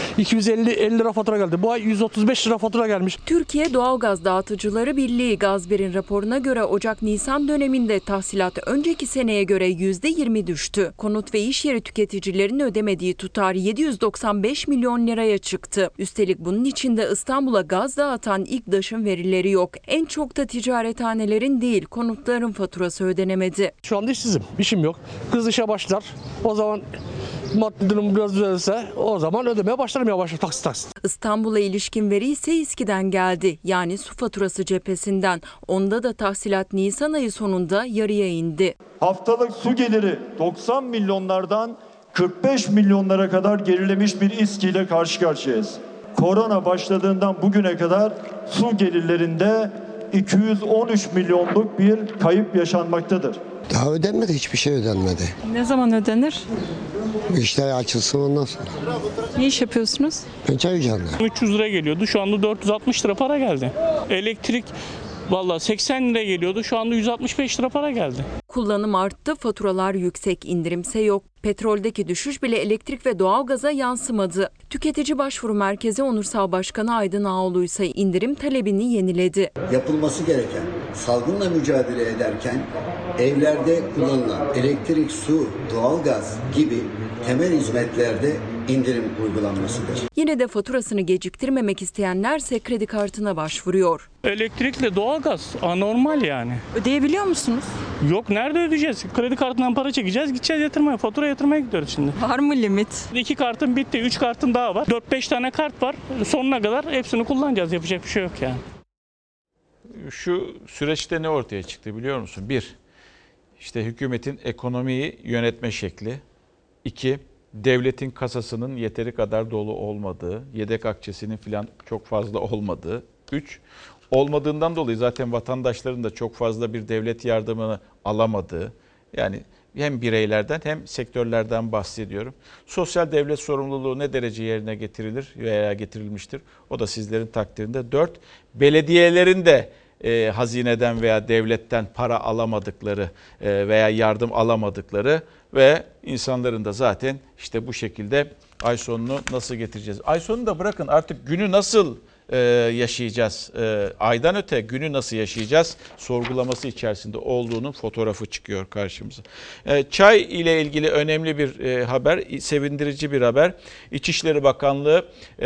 [SPEAKER 11] 250 lira fatura geldi. Bu ay 135 lira fatura gelmiş.
[SPEAKER 13] Türkiye Doğalgaz Dağıtıcıları Birliği Gazber'in raporuna göre Ocak-Nisan döneminde tahsilat önceki seneye göre %20 düştü. Konut ve iş yeri tüketicilerinin ödemediği tutar 795 milyon liraya çıktı. Üstelik bunun içinde İstanbul'a gaz dağıtan İGDAŞ'ın verileri yok. En çok da ticarethanelerin değil, konutların faturası ödenemedi.
[SPEAKER 11] Şu anda işsizim. İşim yok. Kız işe başlar. O zaman maddi durum biraz düzelirse o zaman ödemeye başlarım yavaş taksit.
[SPEAKER 13] İstanbul'a ilişkin veri ise İSKİ'den geldi. Yani su faturası cephesinden. Onda da tahsilat Nisan ayı sonunda yarıya indi.
[SPEAKER 15] Haftalık su geliri 90 milyonlardan 45 milyonlara kadar gerilemiş bir İSKİ karşı karşıyayız. Korona başladığından bugüne kadar su gelirlerinde 213 milyonluk bir kayıp yaşanmaktadır.
[SPEAKER 16] Daha ödenmedi, hiçbir şey ödenmedi.
[SPEAKER 13] Ne zaman ödenir?
[SPEAKER 16] İşler açılsın ondan sonra.
[SPEAKER 13] Ne iş yapıyorsunuz?
[SPEAKER 16] Ben çay ocağında.
[SPEAKER 11] 300 lira geliyordu. Şu anda 460 lira para geldi. Elektrik vallahi 80 lira geliyordu. Şu anda 165 lira para geldi.
[SPEAKER 13] Kullanım arttı, faturalar yüksek, indirimse yok. Petroldeki düşüş bile elektrik ve doğalgaza yansımadı. Tüketici Başvuru Merkezi Onursal Başkanı Aydın Ağoğlu ise indirim talebini yeniledi.
[SPEAKER 14] Yapılması gereken, salgınla mücadele ederken evlerde kullanılan elektrik, su, doğalgaz gibi temel hizmetlerde indirim uygulanmasıdır.
[SPEAKER 13] Yine de faturasını geciktirmemek isteyenlerse kredi kartına başvuruyor.
[SPEAKER 11] Elektrikle doğalgaz anormal yani.
[SPEAKER 13] Ödeyebiliyor musunuz?
[SPEAKER 11] Yok, nerede ödeyeceğiz? Kredi kartından para çekeceğiz, gideceğiz yatırmaya, fatura yatırmaya gidiyoruz şimdi.
[SPEAKER 13] Var mı limit?
[SPEAKER 11] 2 kartım bitti, 3 kartım daha var. 4-5 tane kart var. Sonuna kadar hepsini kullanacağız, yapacak bir şey yok yani.
[SPEAKER 1] Şu süreçte ne ortaya çıktı biliyor musun? 1, işte hükümetin ekonomiyi yönetme şekli. 2, devletin kasasının yeteri kadar dolu olmadığı, yedek akçesinin falan çok fazla olmadığı. 3, olmadığından dolayı zaten vatandaşların da çok fazla bir devlet yardımını alamadığı, yani hem bireylerden hem sektörlerden bahsediyorum. Sosyal devlet sorumluluğu ne derece yerine getirilir veya getirilmiştir? O da sizlerin takdirinde. 4, belediyelerin de hazineden veya devletten para alamadıkları veya yardım alamadıkları ve insanların da zaten işte bu şekilde ay sonunu nasıl getireceğiz? Ay sonunu da bırakın, artık günü nasıl yaşayacağız? Aydan öte günü nasıl yaşayacağız? Sorgulaması içerisinde olduğunun fotoğrafı çıkıyor karşımıza. Çay ile ilgili önemli bir haber, sevindirici bir haber. İçişleri Bakanlığı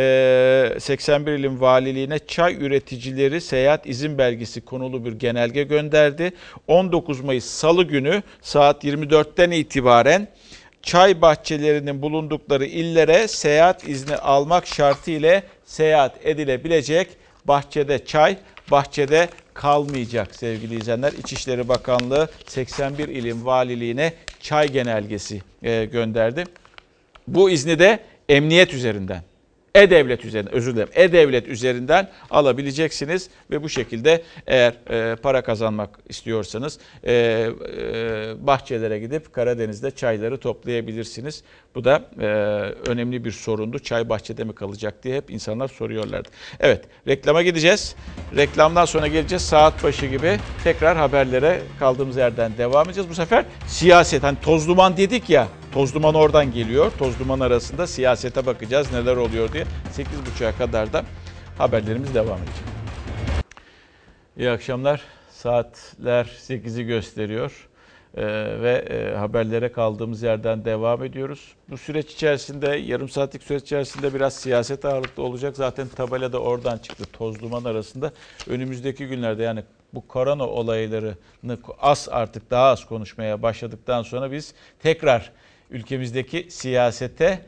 [SPEAKER 1] 81 ilin valiliğine çay üreticileri seyahat izin belgesi konulu bir genelge gönderdi. 19 Mayıs Salı günü saat 24'ten itibaren çay bahçelerinin bulundukları illere seyahat izni almak şartı ile seyahat edilebilecek. Bahçede çay, bahçede kalmayacak sevgili izleyenler. İçişleri Bakanlığı 81 ilin valiliğine çay genelgesi gönderdi. Bu izni de emniyet üzerinden, E-Devlet üzerinden, özür dilerim, E-Devlet üzerinden alabileceksiniz ve bu şekilde eğer para kazanmak istiyorsanız bahçelere gidip Karadeniz'de çayları toplayabilirsiniz. Bu da önemli bir sorundu. Çay bahçede mi kalacak diye hep insanlar soruyorlardı. Evet, reklama gideceğiz. Reklamdan sonra geleceğiz. Saat başı gibi tekrar haberlere kaldığımız yerden devam edeceğiz. Bu sefer siyaset, hani toz duman dedik ya, toz duman oradan geliyor. Toz duman arasında siyasete bakacağız neler oluyor diye. 8.30'a kadar da haberlerimiz devam edecek. İyi akşamlar. Saatler 8'i gösteriyor. Ve haberlere kaldığımız yerden devam ediyoruz. Bu süreç içerisinde, yarım saatlik süreç içerisinde biraz siyaset ağırlıklı olacak. Zaten tabela da oradan çıktı, toz duman arasında. Önümüzdeki günlerde, yani bu korona olaylarını artık daha az konuşmaya başladıktan sonra biz tekrar ülkemizdeki siyasete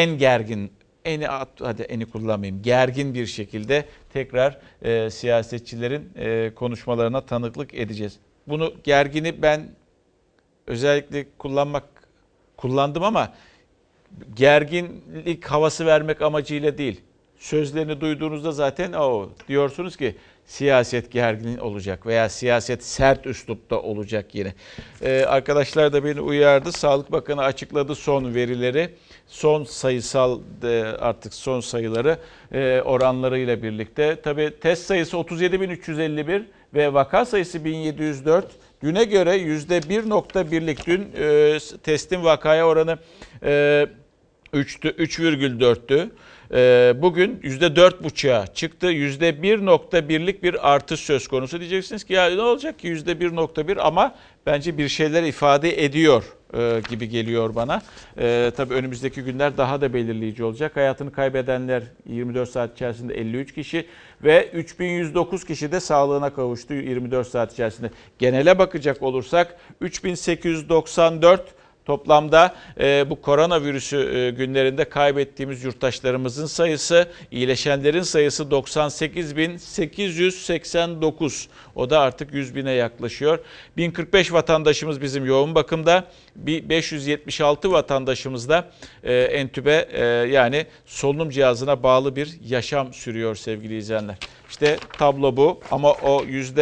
[SPEAKER 1] gergin bir şekilde tekrar siyasetçilerin konuşmalarına tanıklık edeceğiz. Bunu, gergini ben özellikle kullandım ama gerginlik havası vermek amacıyla değil. Sözlerini duyduğunuzda zaten diyorsunuz ki siyaset gergin olacak veya siyaset sert üslupta olacak yine. Arkadaşlar da beni uyardı. Sağlık Bakanı açıkladı son verileri. Son sayısal artık son sayıları oranlarıyla birlikte. Tabii test sayısı 37.351 ve vaka sayısı 1704. Düne göre %1.1'lik, dün testin vakaya oranı 3,4'tü. Bugün %4,5'a çıktı. %1.1'lik bir artış söz konusu. Diyeceksiniz ki ya ne olacak ki %1.1, ama bence bir şeyler ifade ediyor gibi geliyor bana. Tabii önümüzdeki günler daha da belirleyici olacak. Hayatını kaybedenler 24 saat içerisinde 53 kişi ve 3109 kişi de sağlığına kavuştu 24 saat içerisinde. Genele bakacak olursak 3894 toplamda bu koronavirüsü günlerinde kaybettiğimiz yurttaşlarımızın sayısı, iyileşenlerin sayısı 98.889. O da artık 100.000'e yaklaşıyor. 1045 vatandaşımız bizim yoğun bakımda, 576 vatandaşımız da entübe, yani solunum cihazına bağlı bir yaşam sürüyor sevgili izleyenler. İşte tablo bu, ama o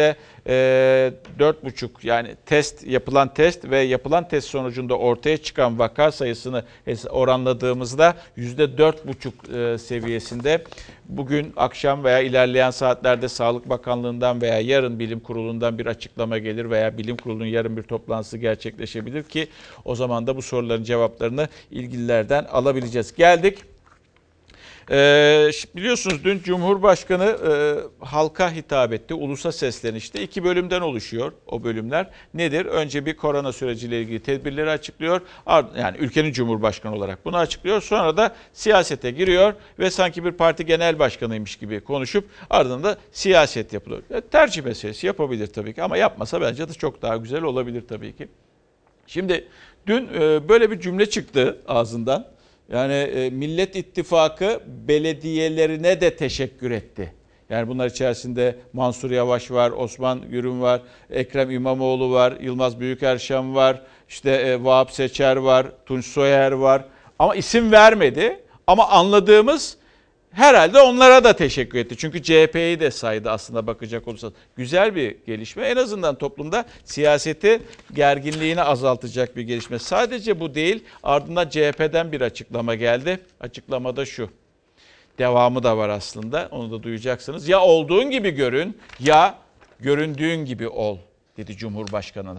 [SPEAKER 1] %4,5, yani yapılan test ve yapılan test sonucunda ortaya çıkan vaka sayısını oranladığımızda %4,5 seviyesinde. Bugün akşam veya ilerleyen saatlerde Sağlık Bakanlığı'ndan veya yarın Bilim Kurulu'ndan bir açıklama gelir veya Bilim Kurulu'nun yarın bir toplantısı gerçekleşebilir ki o zaman da bu soruların cevaplarını ilgililerden alabileceğiz. Geldik. Biliyorsunuz dün Cumhurbaşkanı halka hitap etti, ulusa seslenişti. 2 bölümden oluşuyor o bölümler. Nedir? Önce bir korona süreciyle ilgili tedbirleri açıklıyor. Yani ülkenin Cumhurbaşkanı olarak bunu açıklıyor. Sonra da siyasete giriyor ve sanki bir parti genel başkanıymış gibi konuşup ardından da siyaset yapılıyor. Tercih meselesi, yapabilir tabii ki, ama yapmasa bence de çok daha güzel olabilir tabii ki. Şimdi dün böyle bir cümle çıktı ağzından. Yani Millet İttifakı belediyelerine de teşekkür etti. Yani bunlar içerisinde Mansur Yavaş var, Osman Gürün var, Ekrem İmamoğlu var, Yılmaz Büyükerşen var, işte Vahap Seçer var, Tunç Soyer var. Ama isim vermedi. Ama anladığımız herhalde onlara da teşekkür etti. Çünkü CHP'yi de saydı aslında bakacak olursanız. Güzel bir gelişme. En azından toplumda siyaseti, gerginliğini azaltacak bir gelişme. Sadece bu değil, ardından CHP'den bir açıklama geldi. Açıklamada şu. Devamı da var aslında. Onu da duyacaksınız. Ya olduğun gibi görün, ya göründüğün gibi ol, dedi Cumhurbaşkanı'na.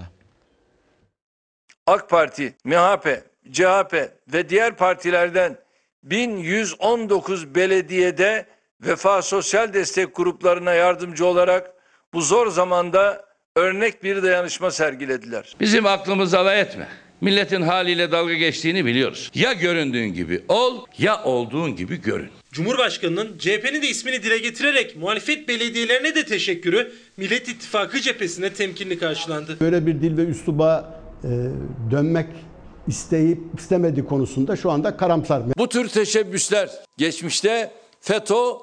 [SPEAKER 4] AK Parti, MHP, CHP ve diğer partilerden 1119 belediyede Vefa Sosyal Destek Gruplarına yardımcı olarak bu zor zamanda örnek bir dayanışma sergilediler.
[SPEAKER 10] Bizim aklımızı alay etme. Milletin haliyle dalga geçtiğini biliyoruz. Ya göründüğün gibi ol, ya olduğun gibi görün.
[SPEAKER 3] Cumhurbaşkanının CHP'nin de ismini dile getirerek muhalefet belediyelerine de teşekkürü Millet İttifakı cephesine temkinli karşılandı.
[SPEAKER 17] Böyle bir dil ve üsluba dönmek isteyip istemediği konusunda şu anda karamsar.
[SPEAKER 4] Bu tür teşebbüsler geçmişte FETÖ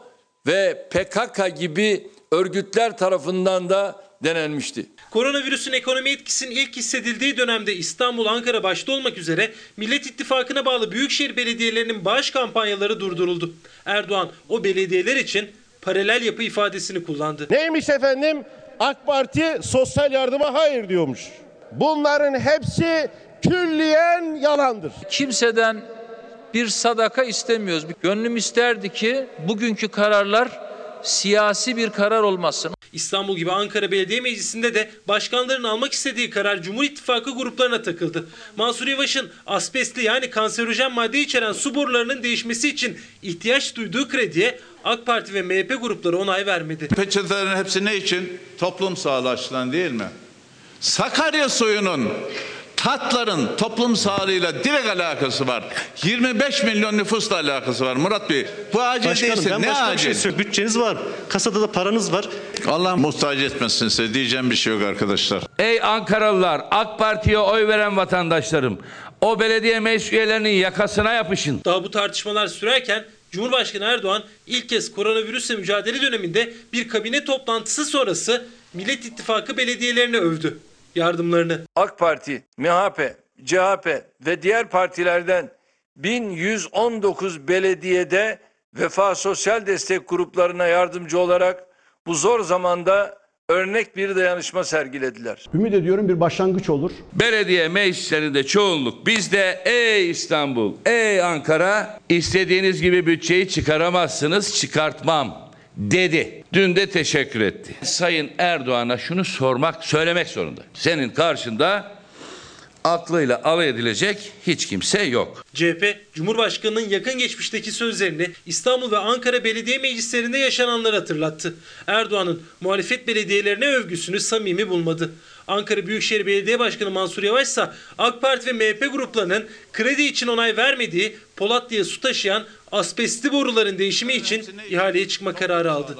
[SPEAKER 4] ve PKK gibi örgütler tarafından da denenmişti.
[SPEAKER 3] Koronavirüsün ekonomi etkisinin ilk hissedildiği dönemde İstanbul, Ankara başta olmak üzere Millet İttifakı'na bağlı büyükşehir belediyelerinin bağış kampanyaları durduruldu. Erdoğan o belediyeler için paralel yapı ifadesini kullandı.
[SPEAKER 18] Neymiş efendim? AK Parti sosyal yardıma hayır diyormuş. Bunların hepsi külliyen yalandır.
[SPEAKER 10] Kimseden bir sadaka istemiyoruz. Gönlüm isterdi ki bugünkü kararlar siyasi bir karar olmasın.
[SPEAKER 3] İstanbul gibi Ankara Belediye Meclisi'nde de başkanların almak istediği karar Cumhur İttifakı gruplarına takıldı. Mansur Yavaş'ın asbestli yani kanserojen madde içeren su borularının değişmesi için ihtiyaç duyduğu krediye AK Parti ve MHP grupları onay vermedi.
[SPEAKER 19] Peçetelerin hepsi ne için? Toplum sağlığı açısından değil mi? Sakarya suyunun tatların toplum sağlığıyla direkt alakası var. 25 milyon nüfusla alakası var Murat Bey. Bu acil değilse ne acil?
[SPEAKER 18] Bütçeniz var, kasada da paranız var.
[SPEAKER 19] Allah muhtaç etmesin size, diyeceğim bir şey yok arkadaşlar.
[SPEAKER 10] Ey Ankaralılar, AK Parti'ye oy veren vatandaşlarım, o belediye meclis üyelerinin yakasına yapışın.
[SPEAKER 3] Daha bu tartışmalar sürerken Cumhurbaşkanı Erdoğan ilk kez koronavirüsle mücadele döneminde bir kabine toplantısı sonrası Millet İttifakı belediyelerini övdü. Yardımlarını.
[SPEAKER 4] AK Parti, MHP, CHP ve diğer partilerden 1119 belediyede Vefa Sosyal Destek gruplarına yardımcı olarak bu zor zamanda örnek bir dayanışma sergilediler.
[SPEAKER 17] Ümit ediyorum bir başlangıç olur.
[SPEAKER 10] Belediye meclislerinde çoğunluk bizde ey İstanbul, ey Ankara istediğiniz gibi bütçeyi çıkaramazsınız, çıkartmam dedi. Dün de teşekkür etti. Sayın Erdoğan'a şunu söylemek zorunda. Senin karşında aklıyla alay edilecek hiç kimse yok.
[SPEAKER 3] CHP, Cumhurbaşkanı'nın yakın geçmişteki sözlerini İstanbul ve Ankara belediye meclislerinde yaşananları hatırlattı. Erdoğan'ın muhalefet belediyelerine övgüsünü samimi bulmadı. Ankara Büyükşehir Belediye Başkanı Mansur Yavaş ise AK Parti ve MHP gruplarının kredi için onay vermediği Polatlı'ya su taşıyan asbestli boruların değişimi için ihaleye çıkma kararı aldı.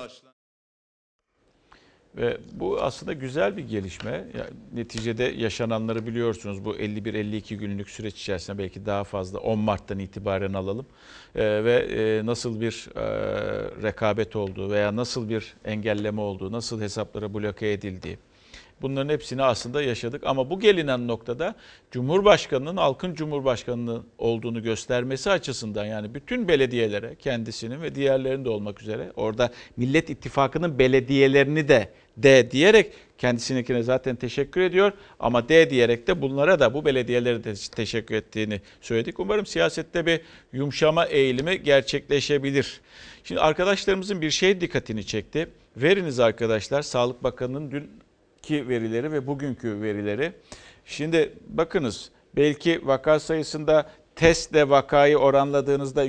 [SPEAKER 1] Ve bu aslında güzel bir gelişme. Yani neticede yaşananları biliyorsunuz. Bu 51-52 günlük süreç içerisinde belki daha fazla 10 Mart'tan itibaren alalım. Ve nasıl bir rekabet olduğu veya nasıl bir engelleme olduğu, nasıl hesaplara bloke edildiği. Bunların hepsini aslında yaşadık ama bu gelinen noktada Cumhurbaşkanı'nın halkın Cumhurbaşkanı olduğunu göstermesi açısından yani bütün belediyelere kendisinin ve diğerlerinin de olmak üzere orada Millet İttifakı'nın belediyelerini de diyerek kendisininkine zaten teşekkür ediyor ama diyerek de bunlara da bu belediyelere de teşekkür ettiğini söyledik. Umarım siyasette bir yumuşama eğilimi gerçekleşebilir. Şimdi arkadaşlarımızın bir şey dikkatini çekti. Veriniz arkadaşlar Sağlık Bakanı'nın dün verileri ve bugünkü verileri. Şimdi bakınız belki vaka sayısında testle vakayı oranladığınızda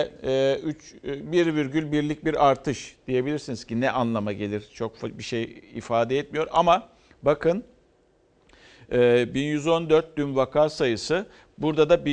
[SPEAKER 1] %1,1'lik bir artış diyebilirsiniz ki ne anlama gelir? Çok bir şey ifade etmiyor ama bakın 1114 dün vaka sayısı, burada da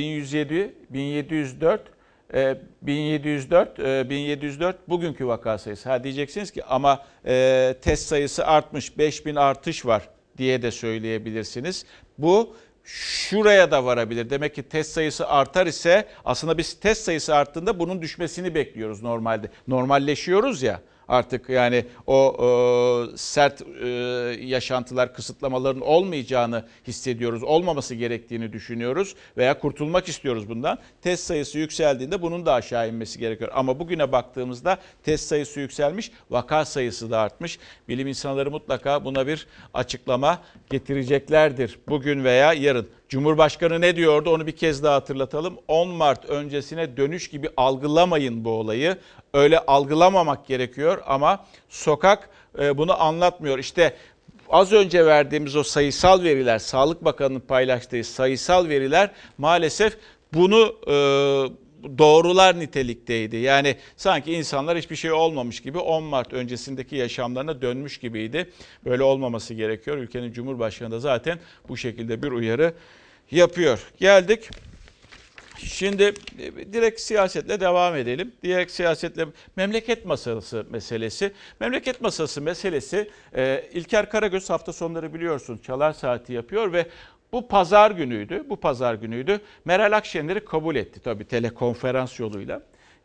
[SPEAKER 1] 1704 bugünkü vaka sayısı. Diyeceksiniz ki ama test sayısı artmış, 5000 artış var diye de söyleyebilirsiniz. Bu şuraya da varabilir. Demek ki test sayısı artar ise aslında biz test sayısı arttığında bunun düşmesini bekliyoruz normalde. Normalleşiyoruz ya. Artık yani o sert yaşantılar, kısıtlamaların olmayacağını hissediyoruz. Olmaması gerektiğini düşünüyoruz veya kurtulmak istiyoruz bundan. Test sayısı yükseldiğinde bunun da aşağı inmesi gerekiyor. Ama bugüne baktığımızda test sayısı yükselmiş, vaka sayısı da artmış. Bilim insanları mutlaka buna bir açıklama getireceklerdir bugün veya yarın. Cumhurbaşkanı ne diyordu onu bir kez daha hatırlatalım. 10 Mart öncesine dönüş gibi algılamayın bu olayı. Öyle algılamamak gerekiyor ama sokak bunu anlatmıyor. İşte az önce verdiğimiz o sayısal veriler, Sağlık Bakanı'nın paylaştığı sayısal veriler maalesef bunu doğrular nitelikteydi. Yani sanki insanlar hiçbir şey olmamış gibi 10 Mart öncesindeki yaşamlarına dönmüş gibiydi. Böyle olmaması gerekiyor. Ülkenin Cumhurbaşkanı da zaten bu şekilde bir uyarı yapıyor. Geldik. Şimdi direkt siyasetle devam edelim. Direkt siyasetle memleket masası meselesi. Memleket masası meselesi İlker Karagöz hafta sonları biliyorsun Çalar Saati yapıyor ve bu pazar günüydü. Meral Akşener'i kabul etti tabii telekonferans yoluyla.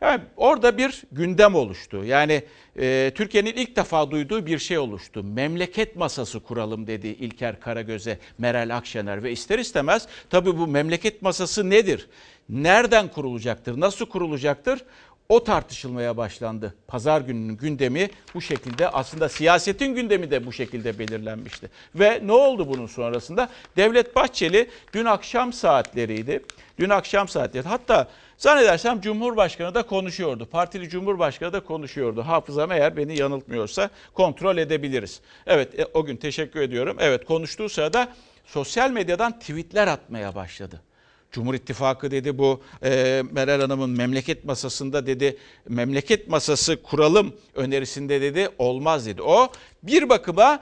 [SPEAKER 1] Yani orada bir gündem oluştu. Yani Türkiye'nin ilk defa duyduğu bir şey oluştu. Memleket masası kuralım dedi İlker Karagöz'e Meral Akşener ve ister istemez tabii bu memleket masası nedir? Nereden kurulacaktır? Nasıl kurulacaktır? O tartışılmaya başlandı. Pazar gününün gündemi bu şekilde, aslında siyasetin gündemi de bu şekilde belirlenmişti. Ve ne oldu bunun sonrasında? Devlet Bahçeli dün akşam saatleriydi. Hatta zannedersem Cumhurbaşkanı da konuşuyordu. Partili Cumhurbaşkanı da konuşuyordu. Hafızam eğer beni yanıltmıyorsa kontrol edebiliriz. Evet, o gün teşekkür ediyorum. Evet, konuştuğu sırada sosyal medyadan tweetler atmaya başladı. Cumhur İttifakı dedi bu Meral Hanım'ın memleket masasında dedi, memleket masası kuralım önerisinde dedi, olmaz dedi. O bir bakıma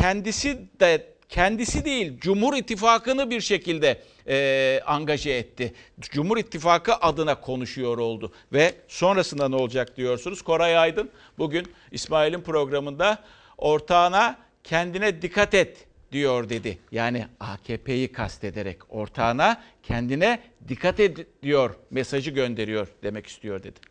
[SPEAKER 1] kendisi değil Cumhur İttifakı'nı bir şekilde angaje etti. Cumhur İttifakı adına konuşuyor oldu. Ve sonrasında ne olacak diyorsunuz? Koray Aydın bugün İsmail'in programında ortağına kendine dikkat et diyor dedi. Yani AKP'yi kastederek ortağına kendine dikkat et diyor, mesajı gönderiyor demek istiyor dedi.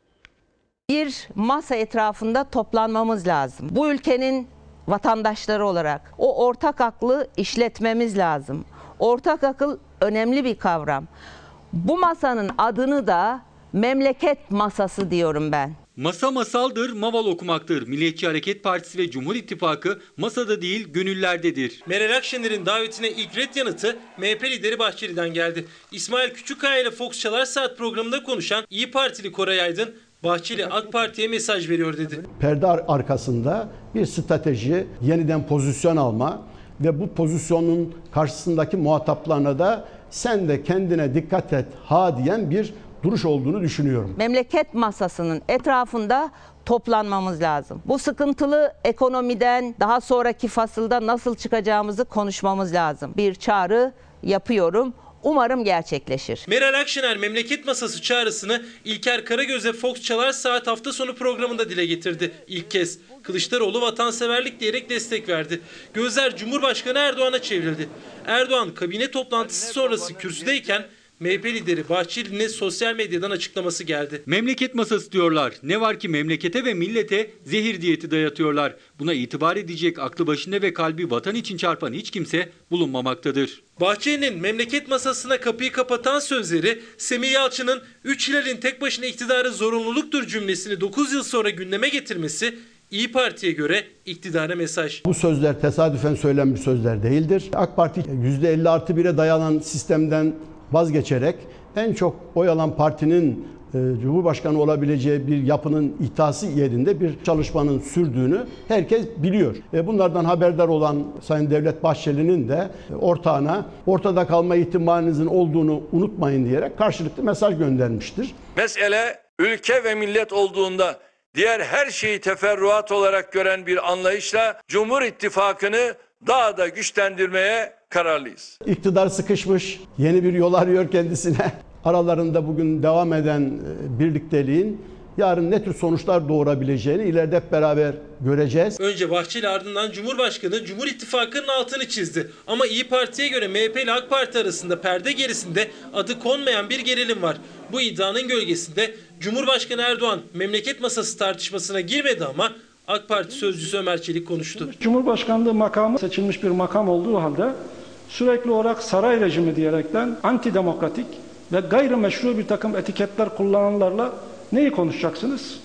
[SPEAKER 5] Bir masa etrafında toplanmamız lazım. Bu ülkenin vatandaşları olarak o ortak aklı işletmemiz lazım. Ortak akıl önemli bir kavram. Bu masanın adını da memleket masası diyorum ben.
[SPEAKER 20] Masa masaldır, maval okumaktır. Milliyetçi Hareket Partisi ve Cumhur İttifakı masada değil gönüllerdedir.
[SPEAKER 3] Meral Akşener'in davetine ilk red yanıtı MHP lideri Bahçeli'den geldi. İsmail Küçükkaya ile Fox Çalar Saat programında konuşan İYİ Partili Koray Aydın, Bahçeli AK Parti'ye mesaj veriyor dedi.
[SPEAKER 17] Perde arkasında bir strateji, yeniden pozisyon alma ve bu pozisyonun karşısındaki muhataplarına da sen de kendine dikkat et ha diyen bir duruş olduğunu düşünüyorum.
[SPEAKER 5] Memleket masasının etrafında toplanmamız lazım. Bu sıkıntılı ekonomiden daha sonraki fasılda nasıl çıkacağımızı konuşmamız lazım. Bir çağrı yapıyorum. Umarım gerçekleşir.
[SPEAKER 3] Meral Akşener memleket masası çağrısını İlker Karagöz'e Fox Çalar Saat hafta sonu programında dile getirdi. İlk kez Kılıçdaroğlu vatanseverlik diyerek destek verdi. Gözler Cumhurbaşkanı Erdoğan'a çevrildi. Erdoğan kabine toplantısı sonrası kürsüdeyken MHP lideri Bahçeli'nin sosyal medyadan açıklaması geldi.
[SPEAKER 20] Memleket masası diyorlar. Ne var ki memlekete ve millete zehir diyeti dayatıyorlar. Buna itibar edecek aklı başında ve kalbi vatan için çarpan hiç kimse bulunmamaktadır.
[SPEAKER 3] Bahçeli'nin memleket masasına kapıyı kapatan sözleri, Semih Yalçın'ın 3 hilalin tek başına iktidarı zorunluluktur cümlesini 9 yıl sonra gündeme getirmesi İYİ Parti'ye göre iktidara mesaj.
[SPEAKER 17] Bu sözler tesadüfen söylenmiş sözler değildir. AK Parti %50+1'e dayanan sistemden vazgeçerek en çok oy alan partinin Cumhurbaşkanı olabileceği bir yapının iddiası yerinde bir çalışmanın sürdüğünü herkes biliyor. Bunlardan haberdar olan Sayın Devlet Bahçeli'nin de ortağına ortada kalma ihtimalinizin olduğunu unutmayın diyerek karşılıklı mesaj göndermiştir.
[SPEAKER 4] Mesele ülke ve millet olduğunda diğer her şeyi teferruat olarak gören bir anlayışla Cumhur İttifakı'nı daha da güçlendirmeye kararlıyız.
[SPEAKER 17] İktidar sıkışmış, yeni bir yol arıyor kendisine. Aralarında bugün devam eden birlikteliğin yarın ne tür sonuçlar doğurabileceğini ileride hep beraber göreceğiz.
[SPEAKER 3] Önce Bahçeli, ardından Cumhurbaşkanı Cumhur İttifakı'nın altını çizdi. Ama İYİ Parti'ye göre MHP ile AK Parti arasında perde gerisinde adı konmayan bir gerilim var. Bu iddianın gölgesinde Cumhurbaşkanı Erdoğan memleket masası tartışmasına girmedi ama AK Parti sözcüsü Ömer Çelik konuştu.
[SPEAKER 21] Cumhurbaşkanlığı makamı seçilmiş bir makam olduğu halde sürekli olarak saray rejimi diyerekten antidemokratik ve gayrimeşru bir takım etiketler kullananlarla neyi konuşacaksınız?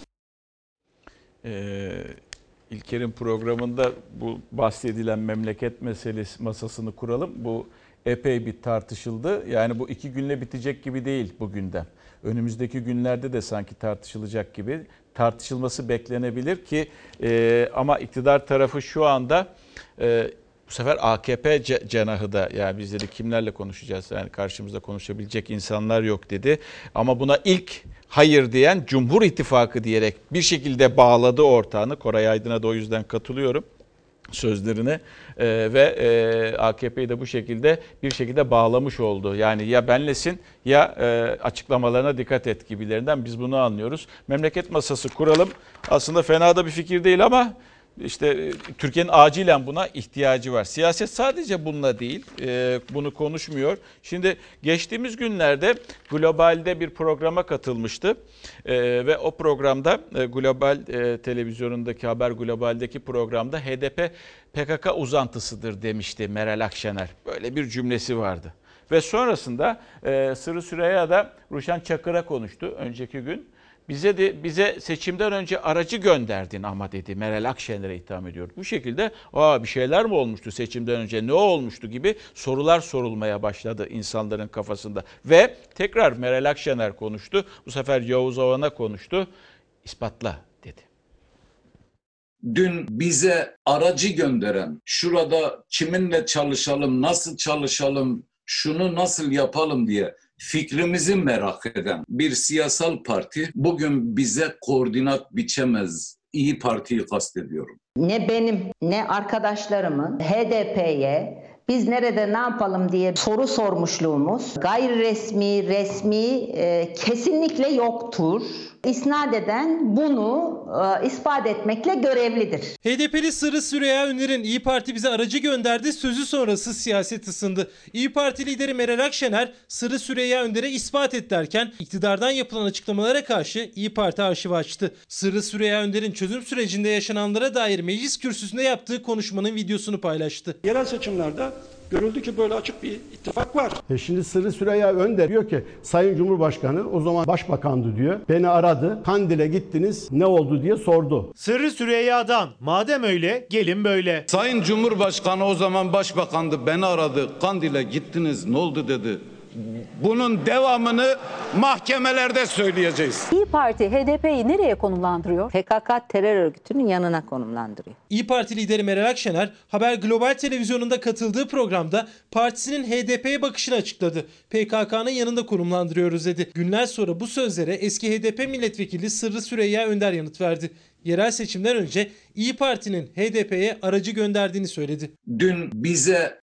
[SPEAKER 1] İlker'in programında bu bahsedilen memleket meselesi masasını kuralım. Bu epey bir tartışıldı. Yani bu 2 günle bitecek gibi değil bu gündem. Önümüzdeki günlerde de sanki tartışılacak gibi, tartışılması beklenebilir ki ama iktidar tarafı şu anda bu sefer AKP cenahı da, yani biz dedi kimlerle konuşacağız, yani karşımızda konuşabilecek insanlar yok dedi. Ama buna ilk hayır diyen Cumhur İttifakı diyerek bir şekilde bağladı ortağını. Koray Aydın'a da o yüzden katılıyorum sözlerine ve AKP'yi de bu şekilde bir şekilde bağlamış oldu. Yani ya benlesin ya açıklamalarına dikkat et gibilerinden biz bunu anlıyoruz. Memleket masası kuralım aslında fena da bir fikir değil ama İşte Türkiye'nin acilen buna ihtiyacı var. Siyaset sadece bununla değil, bunu konuşmuyor. Şimdi geçtiğimiz günlerde Global'de bir programa katılmıştı ve o programda Global televizyonundaki Haber Global'deki programda HDP PKK uzantısıdır demişti Meral Akşener. Böyle bir cümlesi vardı. Ve sonrasında Sırrı Süreyya da Ruşen Çakır'a konuştu önceki gün. Bize seçimden önce aracı gönderdin ama dedi, Meral Akşener'e itham ediyor. Bu şekilde bir şeyler mi olmuştu seçimden önce, ne olmuştu gibi sorular sorulmaya başladı insanların kafasında. Ve tekrar Meral Akşener konuştu. Bu sefer Yavuz Avan'a konuştu. İspatla dedi.
[SPEAKER 2] Dün bize aracı gönderen, şurada kiminle çalışalım, nasıl çalışalım, şunu nasıl yapalım diye fikrimizi merak eden bir siyasal parti bugün bize koordinat biçemez. İyi Parti'yi kastediyorum.
[SPEAKER 5] Ne benim ne arkadaşlarımın HDP'ye biz nerede ne yapalım diye soru sormuşluğumuz gayri resmi, resmi kesinlikle yoktur. İsnat eden bunu ispat etmekle görevlidir.
[SPEAKER 3] HDP'li Sırrı Süreyya Önder'in İyi Parti bize aracı gönderdi sözü sonrası siyaset ısındı. İyi Parti lideri Meral Akşener Sırrı Süreyya Önder'e ispat et derken iktidardan yapılan açıklamalara karşı İyi Parti arşivi açtı. Sırrı Süreyya Önder'in çözüm sürecinde yaşananlara dair meclis kürsüsünde yaptığı konuşmanın videosunu paylaştı.
[SPEAKER 21] Yerel seçimlerde görüldü ki böyle açık bir ittifak var.
[SPEAKER 17] Şimdi Sırrı Süreyya Önder diyor ki Sayın Cumhurbaşkanı o zaman başbakandı diyor. Beni aradı. Kandil'e gittiniz ne oldu diye sordu.
[SPEAKER 22] Sırrı Süreyya'dan madem öyle gelin böyle.
[SPEAKER 23] Sayın Cumhurbaşkanı o zaman başbakandı, beni aradı. Kandil'e gittiniz ne oldu dedi. Bunun devamını mahkemelerde söyleyeceğiz.
[SPEAKER 24] İyi Parti HDP'yi nereye konumlandırıyor?
[SPEAKER 5] PKK terör örgütünün yanına konumlandırıyor.
[SPEAKER 3] İyi Parti lideri Meral Akşener Haber Global televizyonunda katıldığı programda partisinin HDP'ye bakışını açıkladı. PKK'nın yanında konumlandırıyoruz dedi. Günler sonra bu sözlere eski HDP milletvekili Sırrı Süreyya Önder yanıt verdi. Yerel seçimden önce İyi Parti'nin HDP'ye aracı gönderdiğini söyledi.
[SPEAKER 2] Dün bize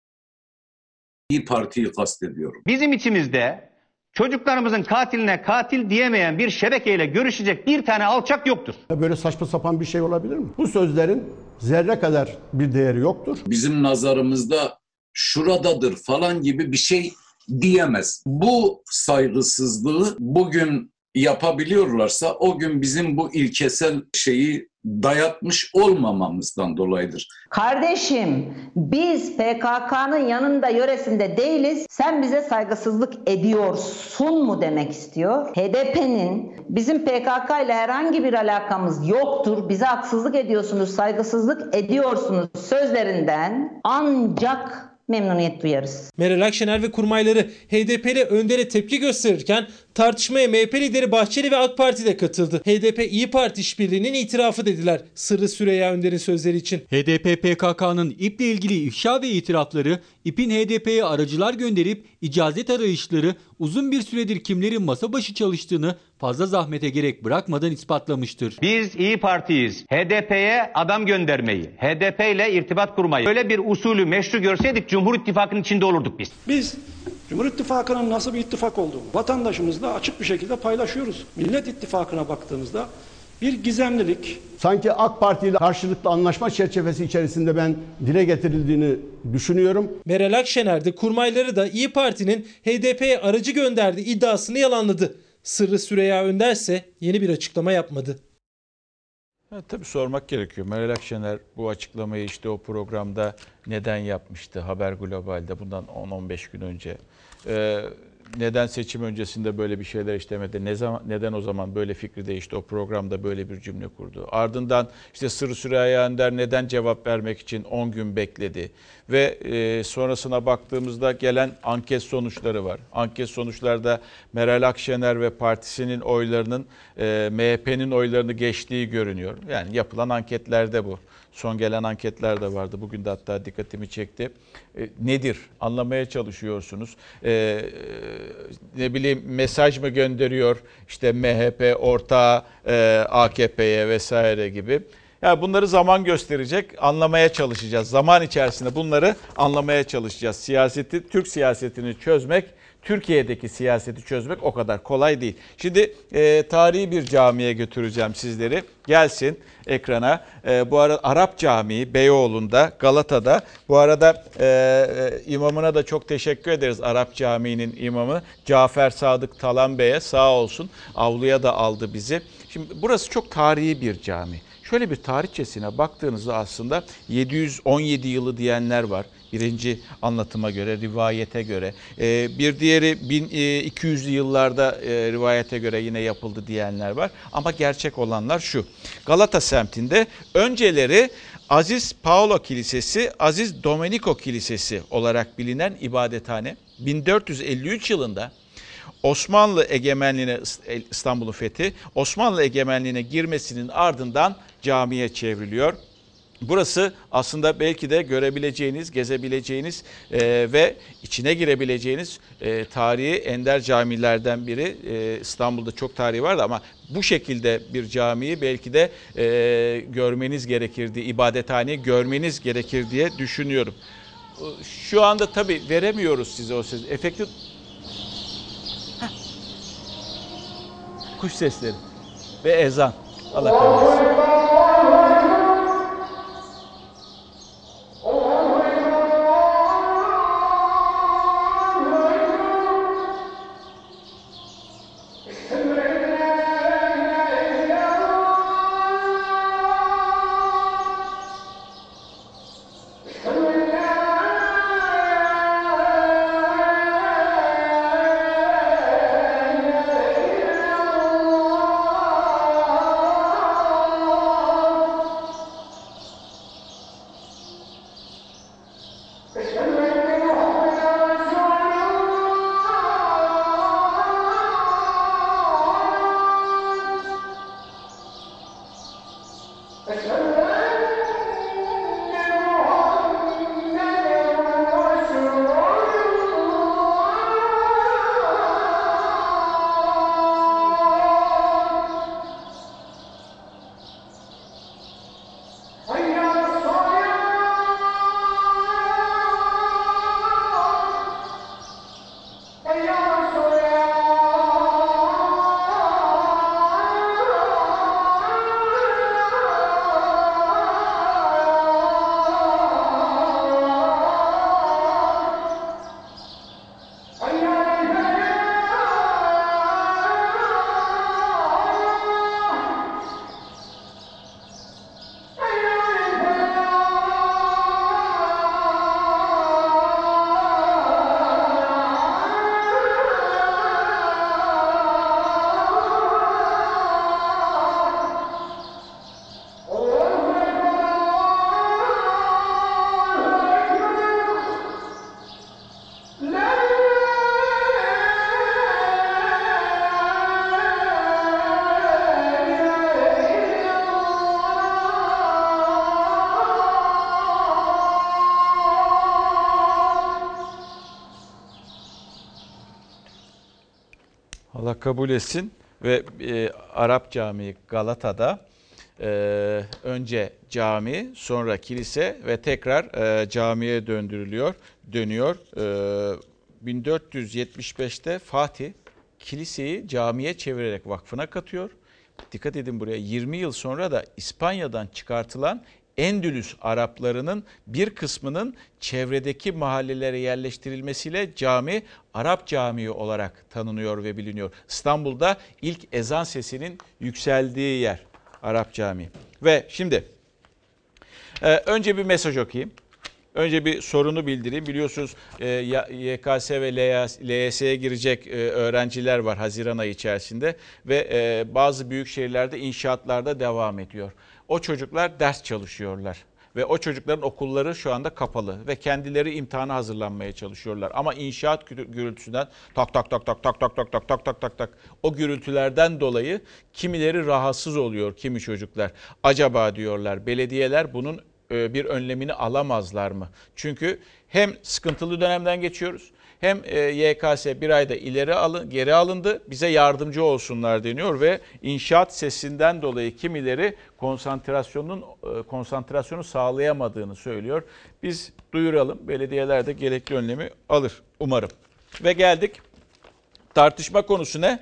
[SPEAKER 2] İyi Parti'yi kastediyorum.
[SPEAKER 25] Bizim içimizde çocuklarımızın katiline katil diyemeyen bir şebekeyle görüşecek bir tane alçak yoktur.
[SPEAKER 17] Böyle saçma sapan bir şey olabilir mi? Bu sözlerin zerre kadar bir değeri yoktur.
[SPEAKER 2] Bizim nazarımızda şuradadır falan gibi bir şey diyemez. Bu saygısızlığı bugün yapabiliyorlarsa o gün bizim bu ilkesel şeyi dayatmış olmamamızdan dolayıdır.
[SPEAKER 5] Kardeşim biz PKK'nın yanında yöresinde değiliz. Sen bize saygısızlık ediyorsun mu demek istiyor. HDP'nin bizim PKK ile herhangi bir alakamız yoktur. Bize haksızlık ediyorsunuz, saygısızlık ediyorsunuz sözlerinden ancak memnuniyet duyarız.
[SPEAKER 3] Meral Akşener ve kurmayları HDP'li Önder'e tepki gösterirken tartışmaya MHP lideri Bahçeli ve AK Parti de katıldı. HDP İyi Parti işbirliğinin itirafı dediler Sırrı Süreyya Önder'in sözleri için.
[SPEAKER 20] HDP PKK'nın İP'le ilgili ifşa ve itirafları, İP'in HDP'ye aracılar gönderip icazet arayışları uzun bir süredir kimlerin masa başı çalıştığını fazla zahmete gerek bırakmadan ispatlamıştır.
[SPEAKER 25] Biz İyi Parti'yiz. HDP'ye adam göndermeyi, HDP ile irtibat kurmayı, böyle bir usulü meşru görseydik Cumhur İttifakı'nın içinde olurduk biz.
[SPEAKER 21] Biz Cumhur İttifakı'nın nasıl bir ittifak olduğunu vatandaşımızla açık bir şekilde paylaşıyoruz. Millet İttifakı'na baktığımızda bir gizemlilik.
[SPEAKER 17] Sanki AK Parti ile karşılıklı anlaşma çerçevesi içerisinde ben dile getirildiğini düşünüyorum.
[SPEAKER 3] Meral Akşener de kurmayları da İyi Parti'nin HDP'ye aracı gönderdiği iddiasını yalanladı. Sırrı Süreyya Önder ise yeni bir açıklama yapmadı.
[SPEAKER 1] Tabii sormak gerekiyor. Meral Akşener bu açıklamayı işte o programda neden yapmıştı? Haber Global'de bundan 10-15 gün önce. Neden seçim öncesinde böyle bir şeyler işlemedi? Neden o zaman böyle fikri değişti? O programda böyle bir cümle kurdu. Ardından işte Sırrı Süreyya Önder neden cevap vermek için 10 gün bekledi? Ve sonrasına baktığımızda gelen anket sonuçları var. Anket sonuçlarda Meral Akşener ve partisinin oylarının MHP'nin oylarını geçtiği görünüyor. Yani yapılan anketlerde bu. Son gelen anketler de vardı. Bugün de hatta dikkatimi çekti. Nedir? Anlamaya çalışıyorsunuz. Ne bileyim mesaj mı gönderiyor? İşte MHP ortağı AKP'ye vesaire gibi. Yani bunları zaman gösterecek. Anlamaya çalışacağız. Zaman içerisinde bunları anlamaya çalışacağız. Türk siyasetini çözmek Türkiye'deki siyaseti çözmek o kadar kolay değil. Şimdi tarihi bir camiye götüreceğim sizleri. Gelsin ekrana. Bu arada Arap Camii Beyoğlu'nda, Galata'da. Bu arada imamına da çok teşekkür ederiz, Arap Camii'nin imamı Cafer Sadık Talan Bey'e, sağ olsun. Avluya da aldı bizi. Şimdi burası çok tarihi bir cami. Şöyle bir tarihçesine baktığınızda aslında 717 yılı diyenler var. Birinci anlatıma göre, rivayete göre. Bir diğeri 1200'lü yıllarda rivayete göre yine yapıldı diyenler var. Ama gerçek olanlar şu. Galata semtinde önceleri Aziz Paolo Kilisesi, Aziz Domenico Kilisesi olarak bilinen ibadethane 1453 yılında Osmanlı egemenliğine, İstanbul'un fethi, Osmanlı egemenliğine girmesinin ardından camiye çevriliyor. Burası aslında belki de görebileceğiniz, gezebileceğiniz ve içine girebileceğiniz tarihi ender camilerden biri. İstanbul'da çok tarihi vardı ama bu şekilde bir camiyi belki de görmeniz gerekirdi, ibadethaneyi görmeniz gerekir diye düşünüyorum. Şu anda tabii veremiyoruz size o sözü. Efekti... Kuş sesleri ve ezan. Allah kabul etsin. Allah kabul etsin ve Arap Camii Galata'da önce cami, sonra kilise ve tekrar camiye dönüyor. 1475'te Fatih kiliseyi camiye çevirerek vakfına katıyor. Dikkat edin buraya, 20 yıl sonra da İspanya'dan çıkartılan Endülüs Araplarının bir kısmının çevredeki mahallelere yerleştirilmesiyle cami Arap Camii olarak tanınıyor ve biliniyor. İstanbul'da ilk ezan sesinin yükseldiği yer Arap Camii. Ve şimdi önce bir mesaj okuyayım. Önce bir sorunu bildireyim. Biliyorsunuz YKS ve LYS'ye girecek öğrenciler var Haziran ayı içerisinde ve bazı büyük şehirlerde inşaatlarda devam ediyor. O çocuklar ders çalışıyorlar ve o çocukların okulları şu anda kapalı ve kendileri imtihana hazırlanmaya çalışıyorlar. Ama inşaat gürültüsünden tak tak tak tak tak tak tak tak tak tak tak tak o gürültülerden dolayı kimileri rahatsız oluyor, kimi çocuklar. Acaba diyorlar belediyeler bunun bir önlemini alamazlar mı? Çünkü hem sıkıntılı dönemden geçiyoruz, hem YKS bir ayda geri alındı, bize yardımcı olsunlar deniyor ve inşaat sesinden dolayı kimileri konsantrasyonu sağlayamadığını söylüyor. Biz duyuralım, belediyeler de gerekli önlemi alır umarım. Ve geldik tartışma konusu ne?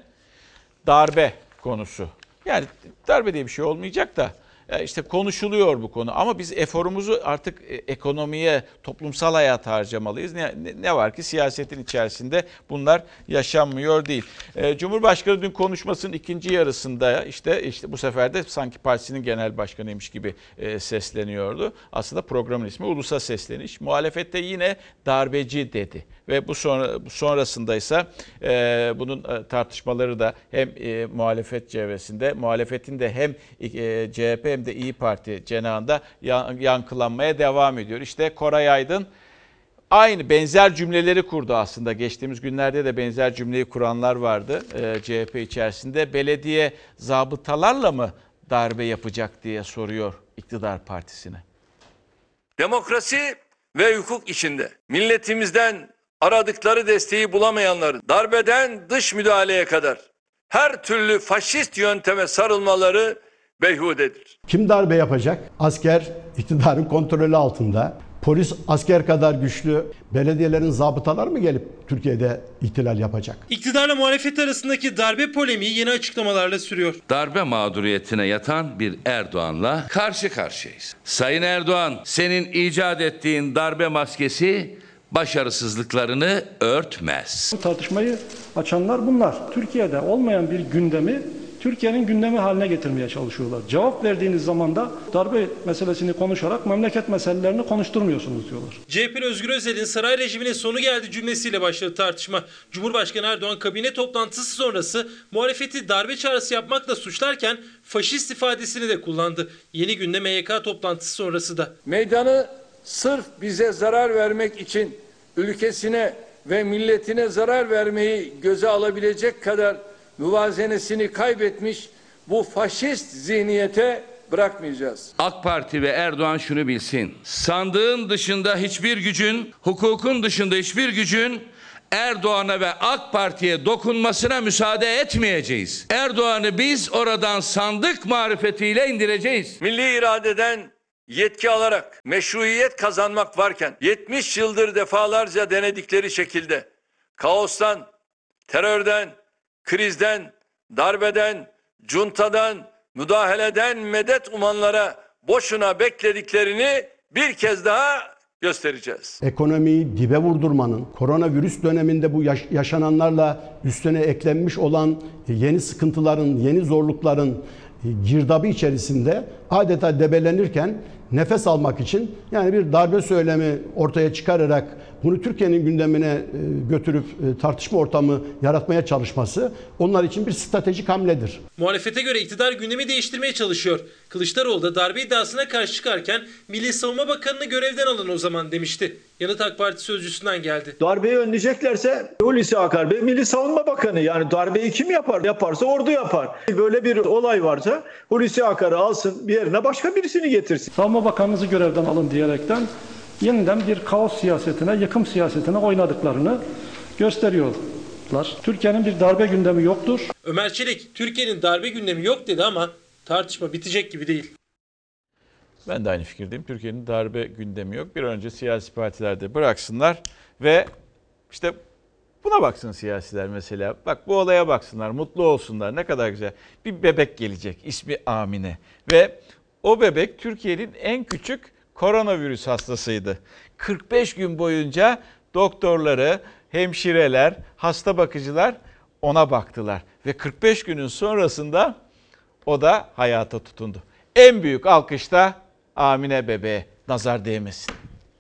[SPEAKER 1] Darbe konusu. Yani darbe diye bir şey olmayacak da işte konuşuluyor bu konu. Ama biz eforumuzu artık ekonomiye, toplumsal hayata harcamalıyız. Ne var ki siyasetin içerisinde bunlar yaşanmıyor değil. Cumhurbaşkanı dün konuşmasının ikinci yarısında işte bu sefer de sanki partisinin genel başkanıymış gibi sesleniyordu. Aslında programın ismi Ulusa Sesleniş. Muhalefette yine darbeci dedi. Ve bu sonrasında ise bunun tartışmaları da hem muhalefet çevresinde, muhalefetin de hem CHP hem de İYİ Parti cenahında yankılanmaya devam ediyor. İşte Koray Aydın aynı benzer cümleleri kurdu aslında. Geçtiğimiz günlerde de benzer cümleyi kuranlar vardı CHP içerisinde. Belediye zabıtalarla mı darbe yapacak diye soruyor iktidar partisine.
[SPEAKER 4] Demokrasi ve hukuk içinde milletimizden aradıkları desteği bulamayanların darbeden dış müdahaleye kadar her türlü faşist yönteme sarılmaları beyhudedir.
[SPEAKER 17] Kim darbe yapacak? Asker iktidarın kontrolü altında. Polis asker kadar güçlü. Belediyelerin zabıtalar mı gelip Türkiye'de ihtilal yapacak?
[SPEAKER 3] İktidarla muhalefet arasındaki darbe polemiği yeni açıklamalarla sürüyor.
[SPEAKER 10] Darbe mağduriyetine yatan bir Erdoğan'la karşı karşıyayız. Sayın Erdoğan, senin icat ettiğin darbe maskesi başarısızlıklarını örtmez.
[SPEAKER 21] Bu tartışmayı açanlar bunlar. Türkiye'de olmayan bir gündemi Türkiye'nin gündemi haline getirmeye çalışıyorlar. Cevap verdiğiniz zaman da darbe meselesini konuşarak memleket meselelerini konuşturmuyorsunuz diyorlar.
[SPEAKER 3] CHP'li Özgür Özel'in saray rejiminin sonu geldi cümlesiyle başladı tartışma. Cumhurbaşkanı Erdoğan kabine toplantısı sonrası muhalefeti darbe çağrısı yapmakla suçlarken faşist ifadesini de kullandı. Yeni günde MYK toplantısı sonrası da.
[SPEAKER 4] Meydanı sırf bize zarar vermek için ülkesine ve milletine zarar vermeyi göze alabilecek kadar müvazenesini kaybetmiş bu faşist zihniyete bırakmayacağız.
[SPEAKER 10] AK Parti ve Erdoğan şunu bilsin. Sandığın dışında hiçbir gücün, hukukun dışında hiçbir gücün Erdoğan'a ve AK Parti'ye dokunmasına müsaade etmeyeceğiz. Erdoğan'ı biz oradan sandık marifetiyle indireceğiz.
[SPEAKER 4] Milli iradeden yetki alarak meşruiyet kazanmak varken 70 yıldır defalarca denedikleri şekilde kaostan, terörden, krizden, darbeden, cuntadan, müdahaleden medet umanlara boşuna beklediklerini bir kez daha göstereceğiz.
[SPEAKER 17] Ekonomiyi dibe vurdurmanın, koronavirüs döneminde bu yaşananlarla üstüne eklenmiş olan yeni sıkıntıların, yeni zorlukların girdabı içerisinde adeta debelenirken nefes almak için yani bir darbe söylemi ortaya çıkararak bunu Türkiye'nin gündemine götürüp tartışma ortamı yaratmaya çalışması onlar için bir stratejik hamledir.
[SPEAKER 3] Muhalefete göre iktidar gündemi değiştirmeye çalışıyor. Kılıçdaroğlu da darbe iddiasına karşı çıkarken Milli Savunma Bakanı'nı görevden alın o zaman demişti. Yanıt AK Parti sözcüsünden geldi.
[SPEAKER 6] Darbeyi önleyeceklerse Hulusi Akar Bey Milli Savunma Bakanı, yani darbeyi kim yapar? Yaparsa ordu yapar. Böyle bir olay varsa Hulusi Akar'ı alsın, bir yerine başka birisini getirsin.
[SPEAKER 21] Savunma Bakanınızı görevden alın diyerekten yeniden bir kaos siyasetine, yıkım siyasetine oynadıklarını gösteriyorlar. Türkiye'nin bir darbe gündemi yoktur.
[SPEAKER 3] Ömer Çelik, Türkiye'nin darbe gündemi yok dedi ama tartışma bitecek gibi değil.
[SPEAKER 1] Ben de aynı fikirdeyim. Türkiye'nin darbe gündemi yok. Bir an önce siyasi partiler de bıraksınlar ve işte buna baksın siyasiler mesela. Bak bu olaya baksınlar, mutlu olsunlar. Ne kadar güzel. Bir bebek gelecek, ismi Amine. Ve o bebek Türkiye'nin en küçük koronavirüs hastasıydı. 45 gün boyunca doktorları, hemşireler, hasta bakıcılar ona baktılar. Ve 45 günün sonrasında o da hayata tutundu. En büyük alkış da Amine bebeğe, nazar değmesin.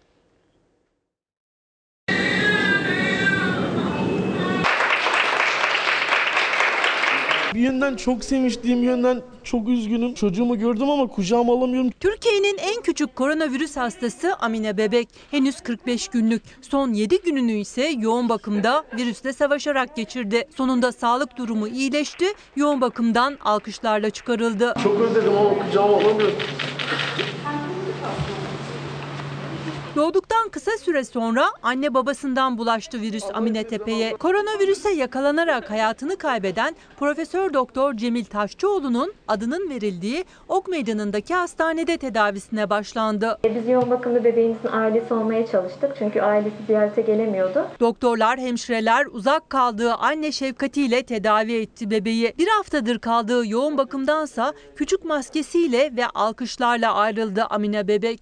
[SPEAKER 7] Bir yönden çok sevinçliyim, bir yönden çok üzgünüm. Çocuğumu gördüm ama kucağıma alamıyorum.
[SPEAKER 8] Türkiye'nin en küçük koronavirüs hastası Amine bebek. Henüz 45 günlük. Son 7 gününü ise yoğun bakımda virüsle savaşarak geçirdi. Sonunda sağlık durumu iyileşti. Yoğun bakımdan alkışlarla çıkarıldı.
[SPEAKER 7] Çok özledim ama kucağıma alamıyorum.
[SPEAKER 8] Doğduktan kısa süre sonra anne babasından bulaştı virüs Amine Tepe'ye. Koronavirüse yakalanarak hayatını kaybeden Profesör Doktor Cemil Taşçıoğlu'nun adının verildiği Ok Meydanı'ndaki hastanede tedavisine başlandı.
[SPEAKER 9] Biz yoğun bakımda bebeğimizin ailesi olmaya çalıştık çünkü ailesi ziyarete gelemiyordu.
[SPEAKER 8] Doktorlar, hemşireler uzak kaldığı anne şefkatiyle tedavi etti bebeği. Bir haftadır kaldığı yoğun bakımdansa küçük maskesiyle ve alkışlarla ayrıldı Amine bebek.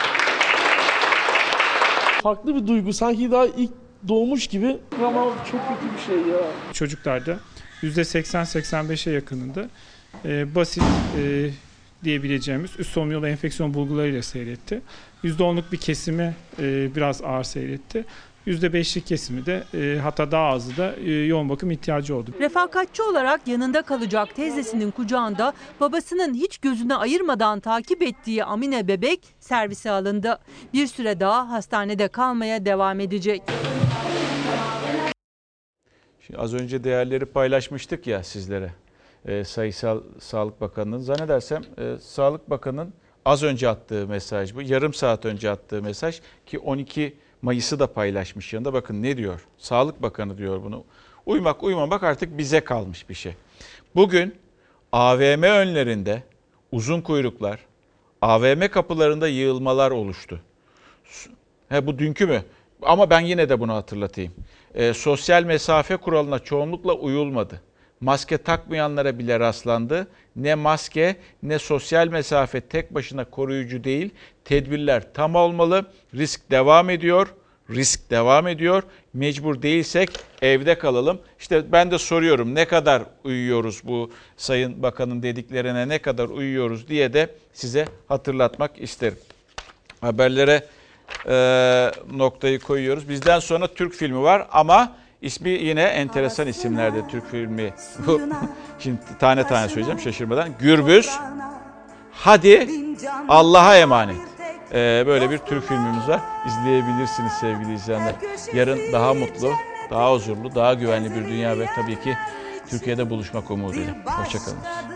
[SPEAKER 7] Farklı bir duygu, sanki daha ilk doğmuş gibi ama çok kötü bir şey ya.
[SPEAKER 12] Çocuklarda %80-85'e yakınında basit diyebileceğimiz üst solunum yolu enfeksiyon bulgularıyla seyretti. %10'luk bir kesimi biraz ağır seyretti. %5'lik kesimi de hatta daha azı da yoğun bakım ihtiyacı oldu.
[SPEAKER 8] Refakatçi olarak yanında kalacak teyzesinin kucağında babasının hiç gözüne ayırmadan takip ettiği Amine bebek servise alındı. Bir süre daha hastanede kalmaya devam edecek.
[SPEAKER 1] Şimdi az önce değerleri paylaşmıştık ya sizlere. Sayısal Sağlık Bakanı'nın zannedersem Sağlık Bakanı'nın az önce attığı mesaj bu. Yarım saat önce attığı mesaj ki 12 Mayıs'ı da paylaşmış yanında. Bakın ne diyor? Sağlık Bakanı diyor bunu. Uymak uymamak artık bize kalmış bir şey. Bugün AVM önlerinde uzun kuyruklar, AVM kapılarında yığılmalar oluştu. Bu dünkü mü? Ama ben yine de bunu hatırlatayım. Sosyal mesafe kuralına çoğunlukla uyulmadı. Maske takmayanlara bile rastlandı. Ne maske ne sosyal mesafe tek başına koruyucu değil. Tedbirler tam olmalı. Risk devam ediyor. Risk devam ediyor. Mecbur değilsek evde kalalım. İşte ben de soruyorum ne kadar uyuyoruz bu Sayın Bakan'ın dediklerine ne kadar uyuyoruz diye de size hatırlatmak isterim. Haberlere noktayı koyuyoruz. Bizden sonra Türk filmi var ama ismi yine enteresan isimlerde Türk filmi. Şimdi tane tane söyleyeceğim şaşırmadan. Gürbüz, Hadi Allah'a emanet. Böyle bir Türk filmimiz var. İzleyebilirsiniz sevgili izleyenler. Yarın daha mutlu, daha huzurlu, daha güvenli bir dünya ve tabii ki Türkiye'de buluşmak umuduyla. Hoşçakalın.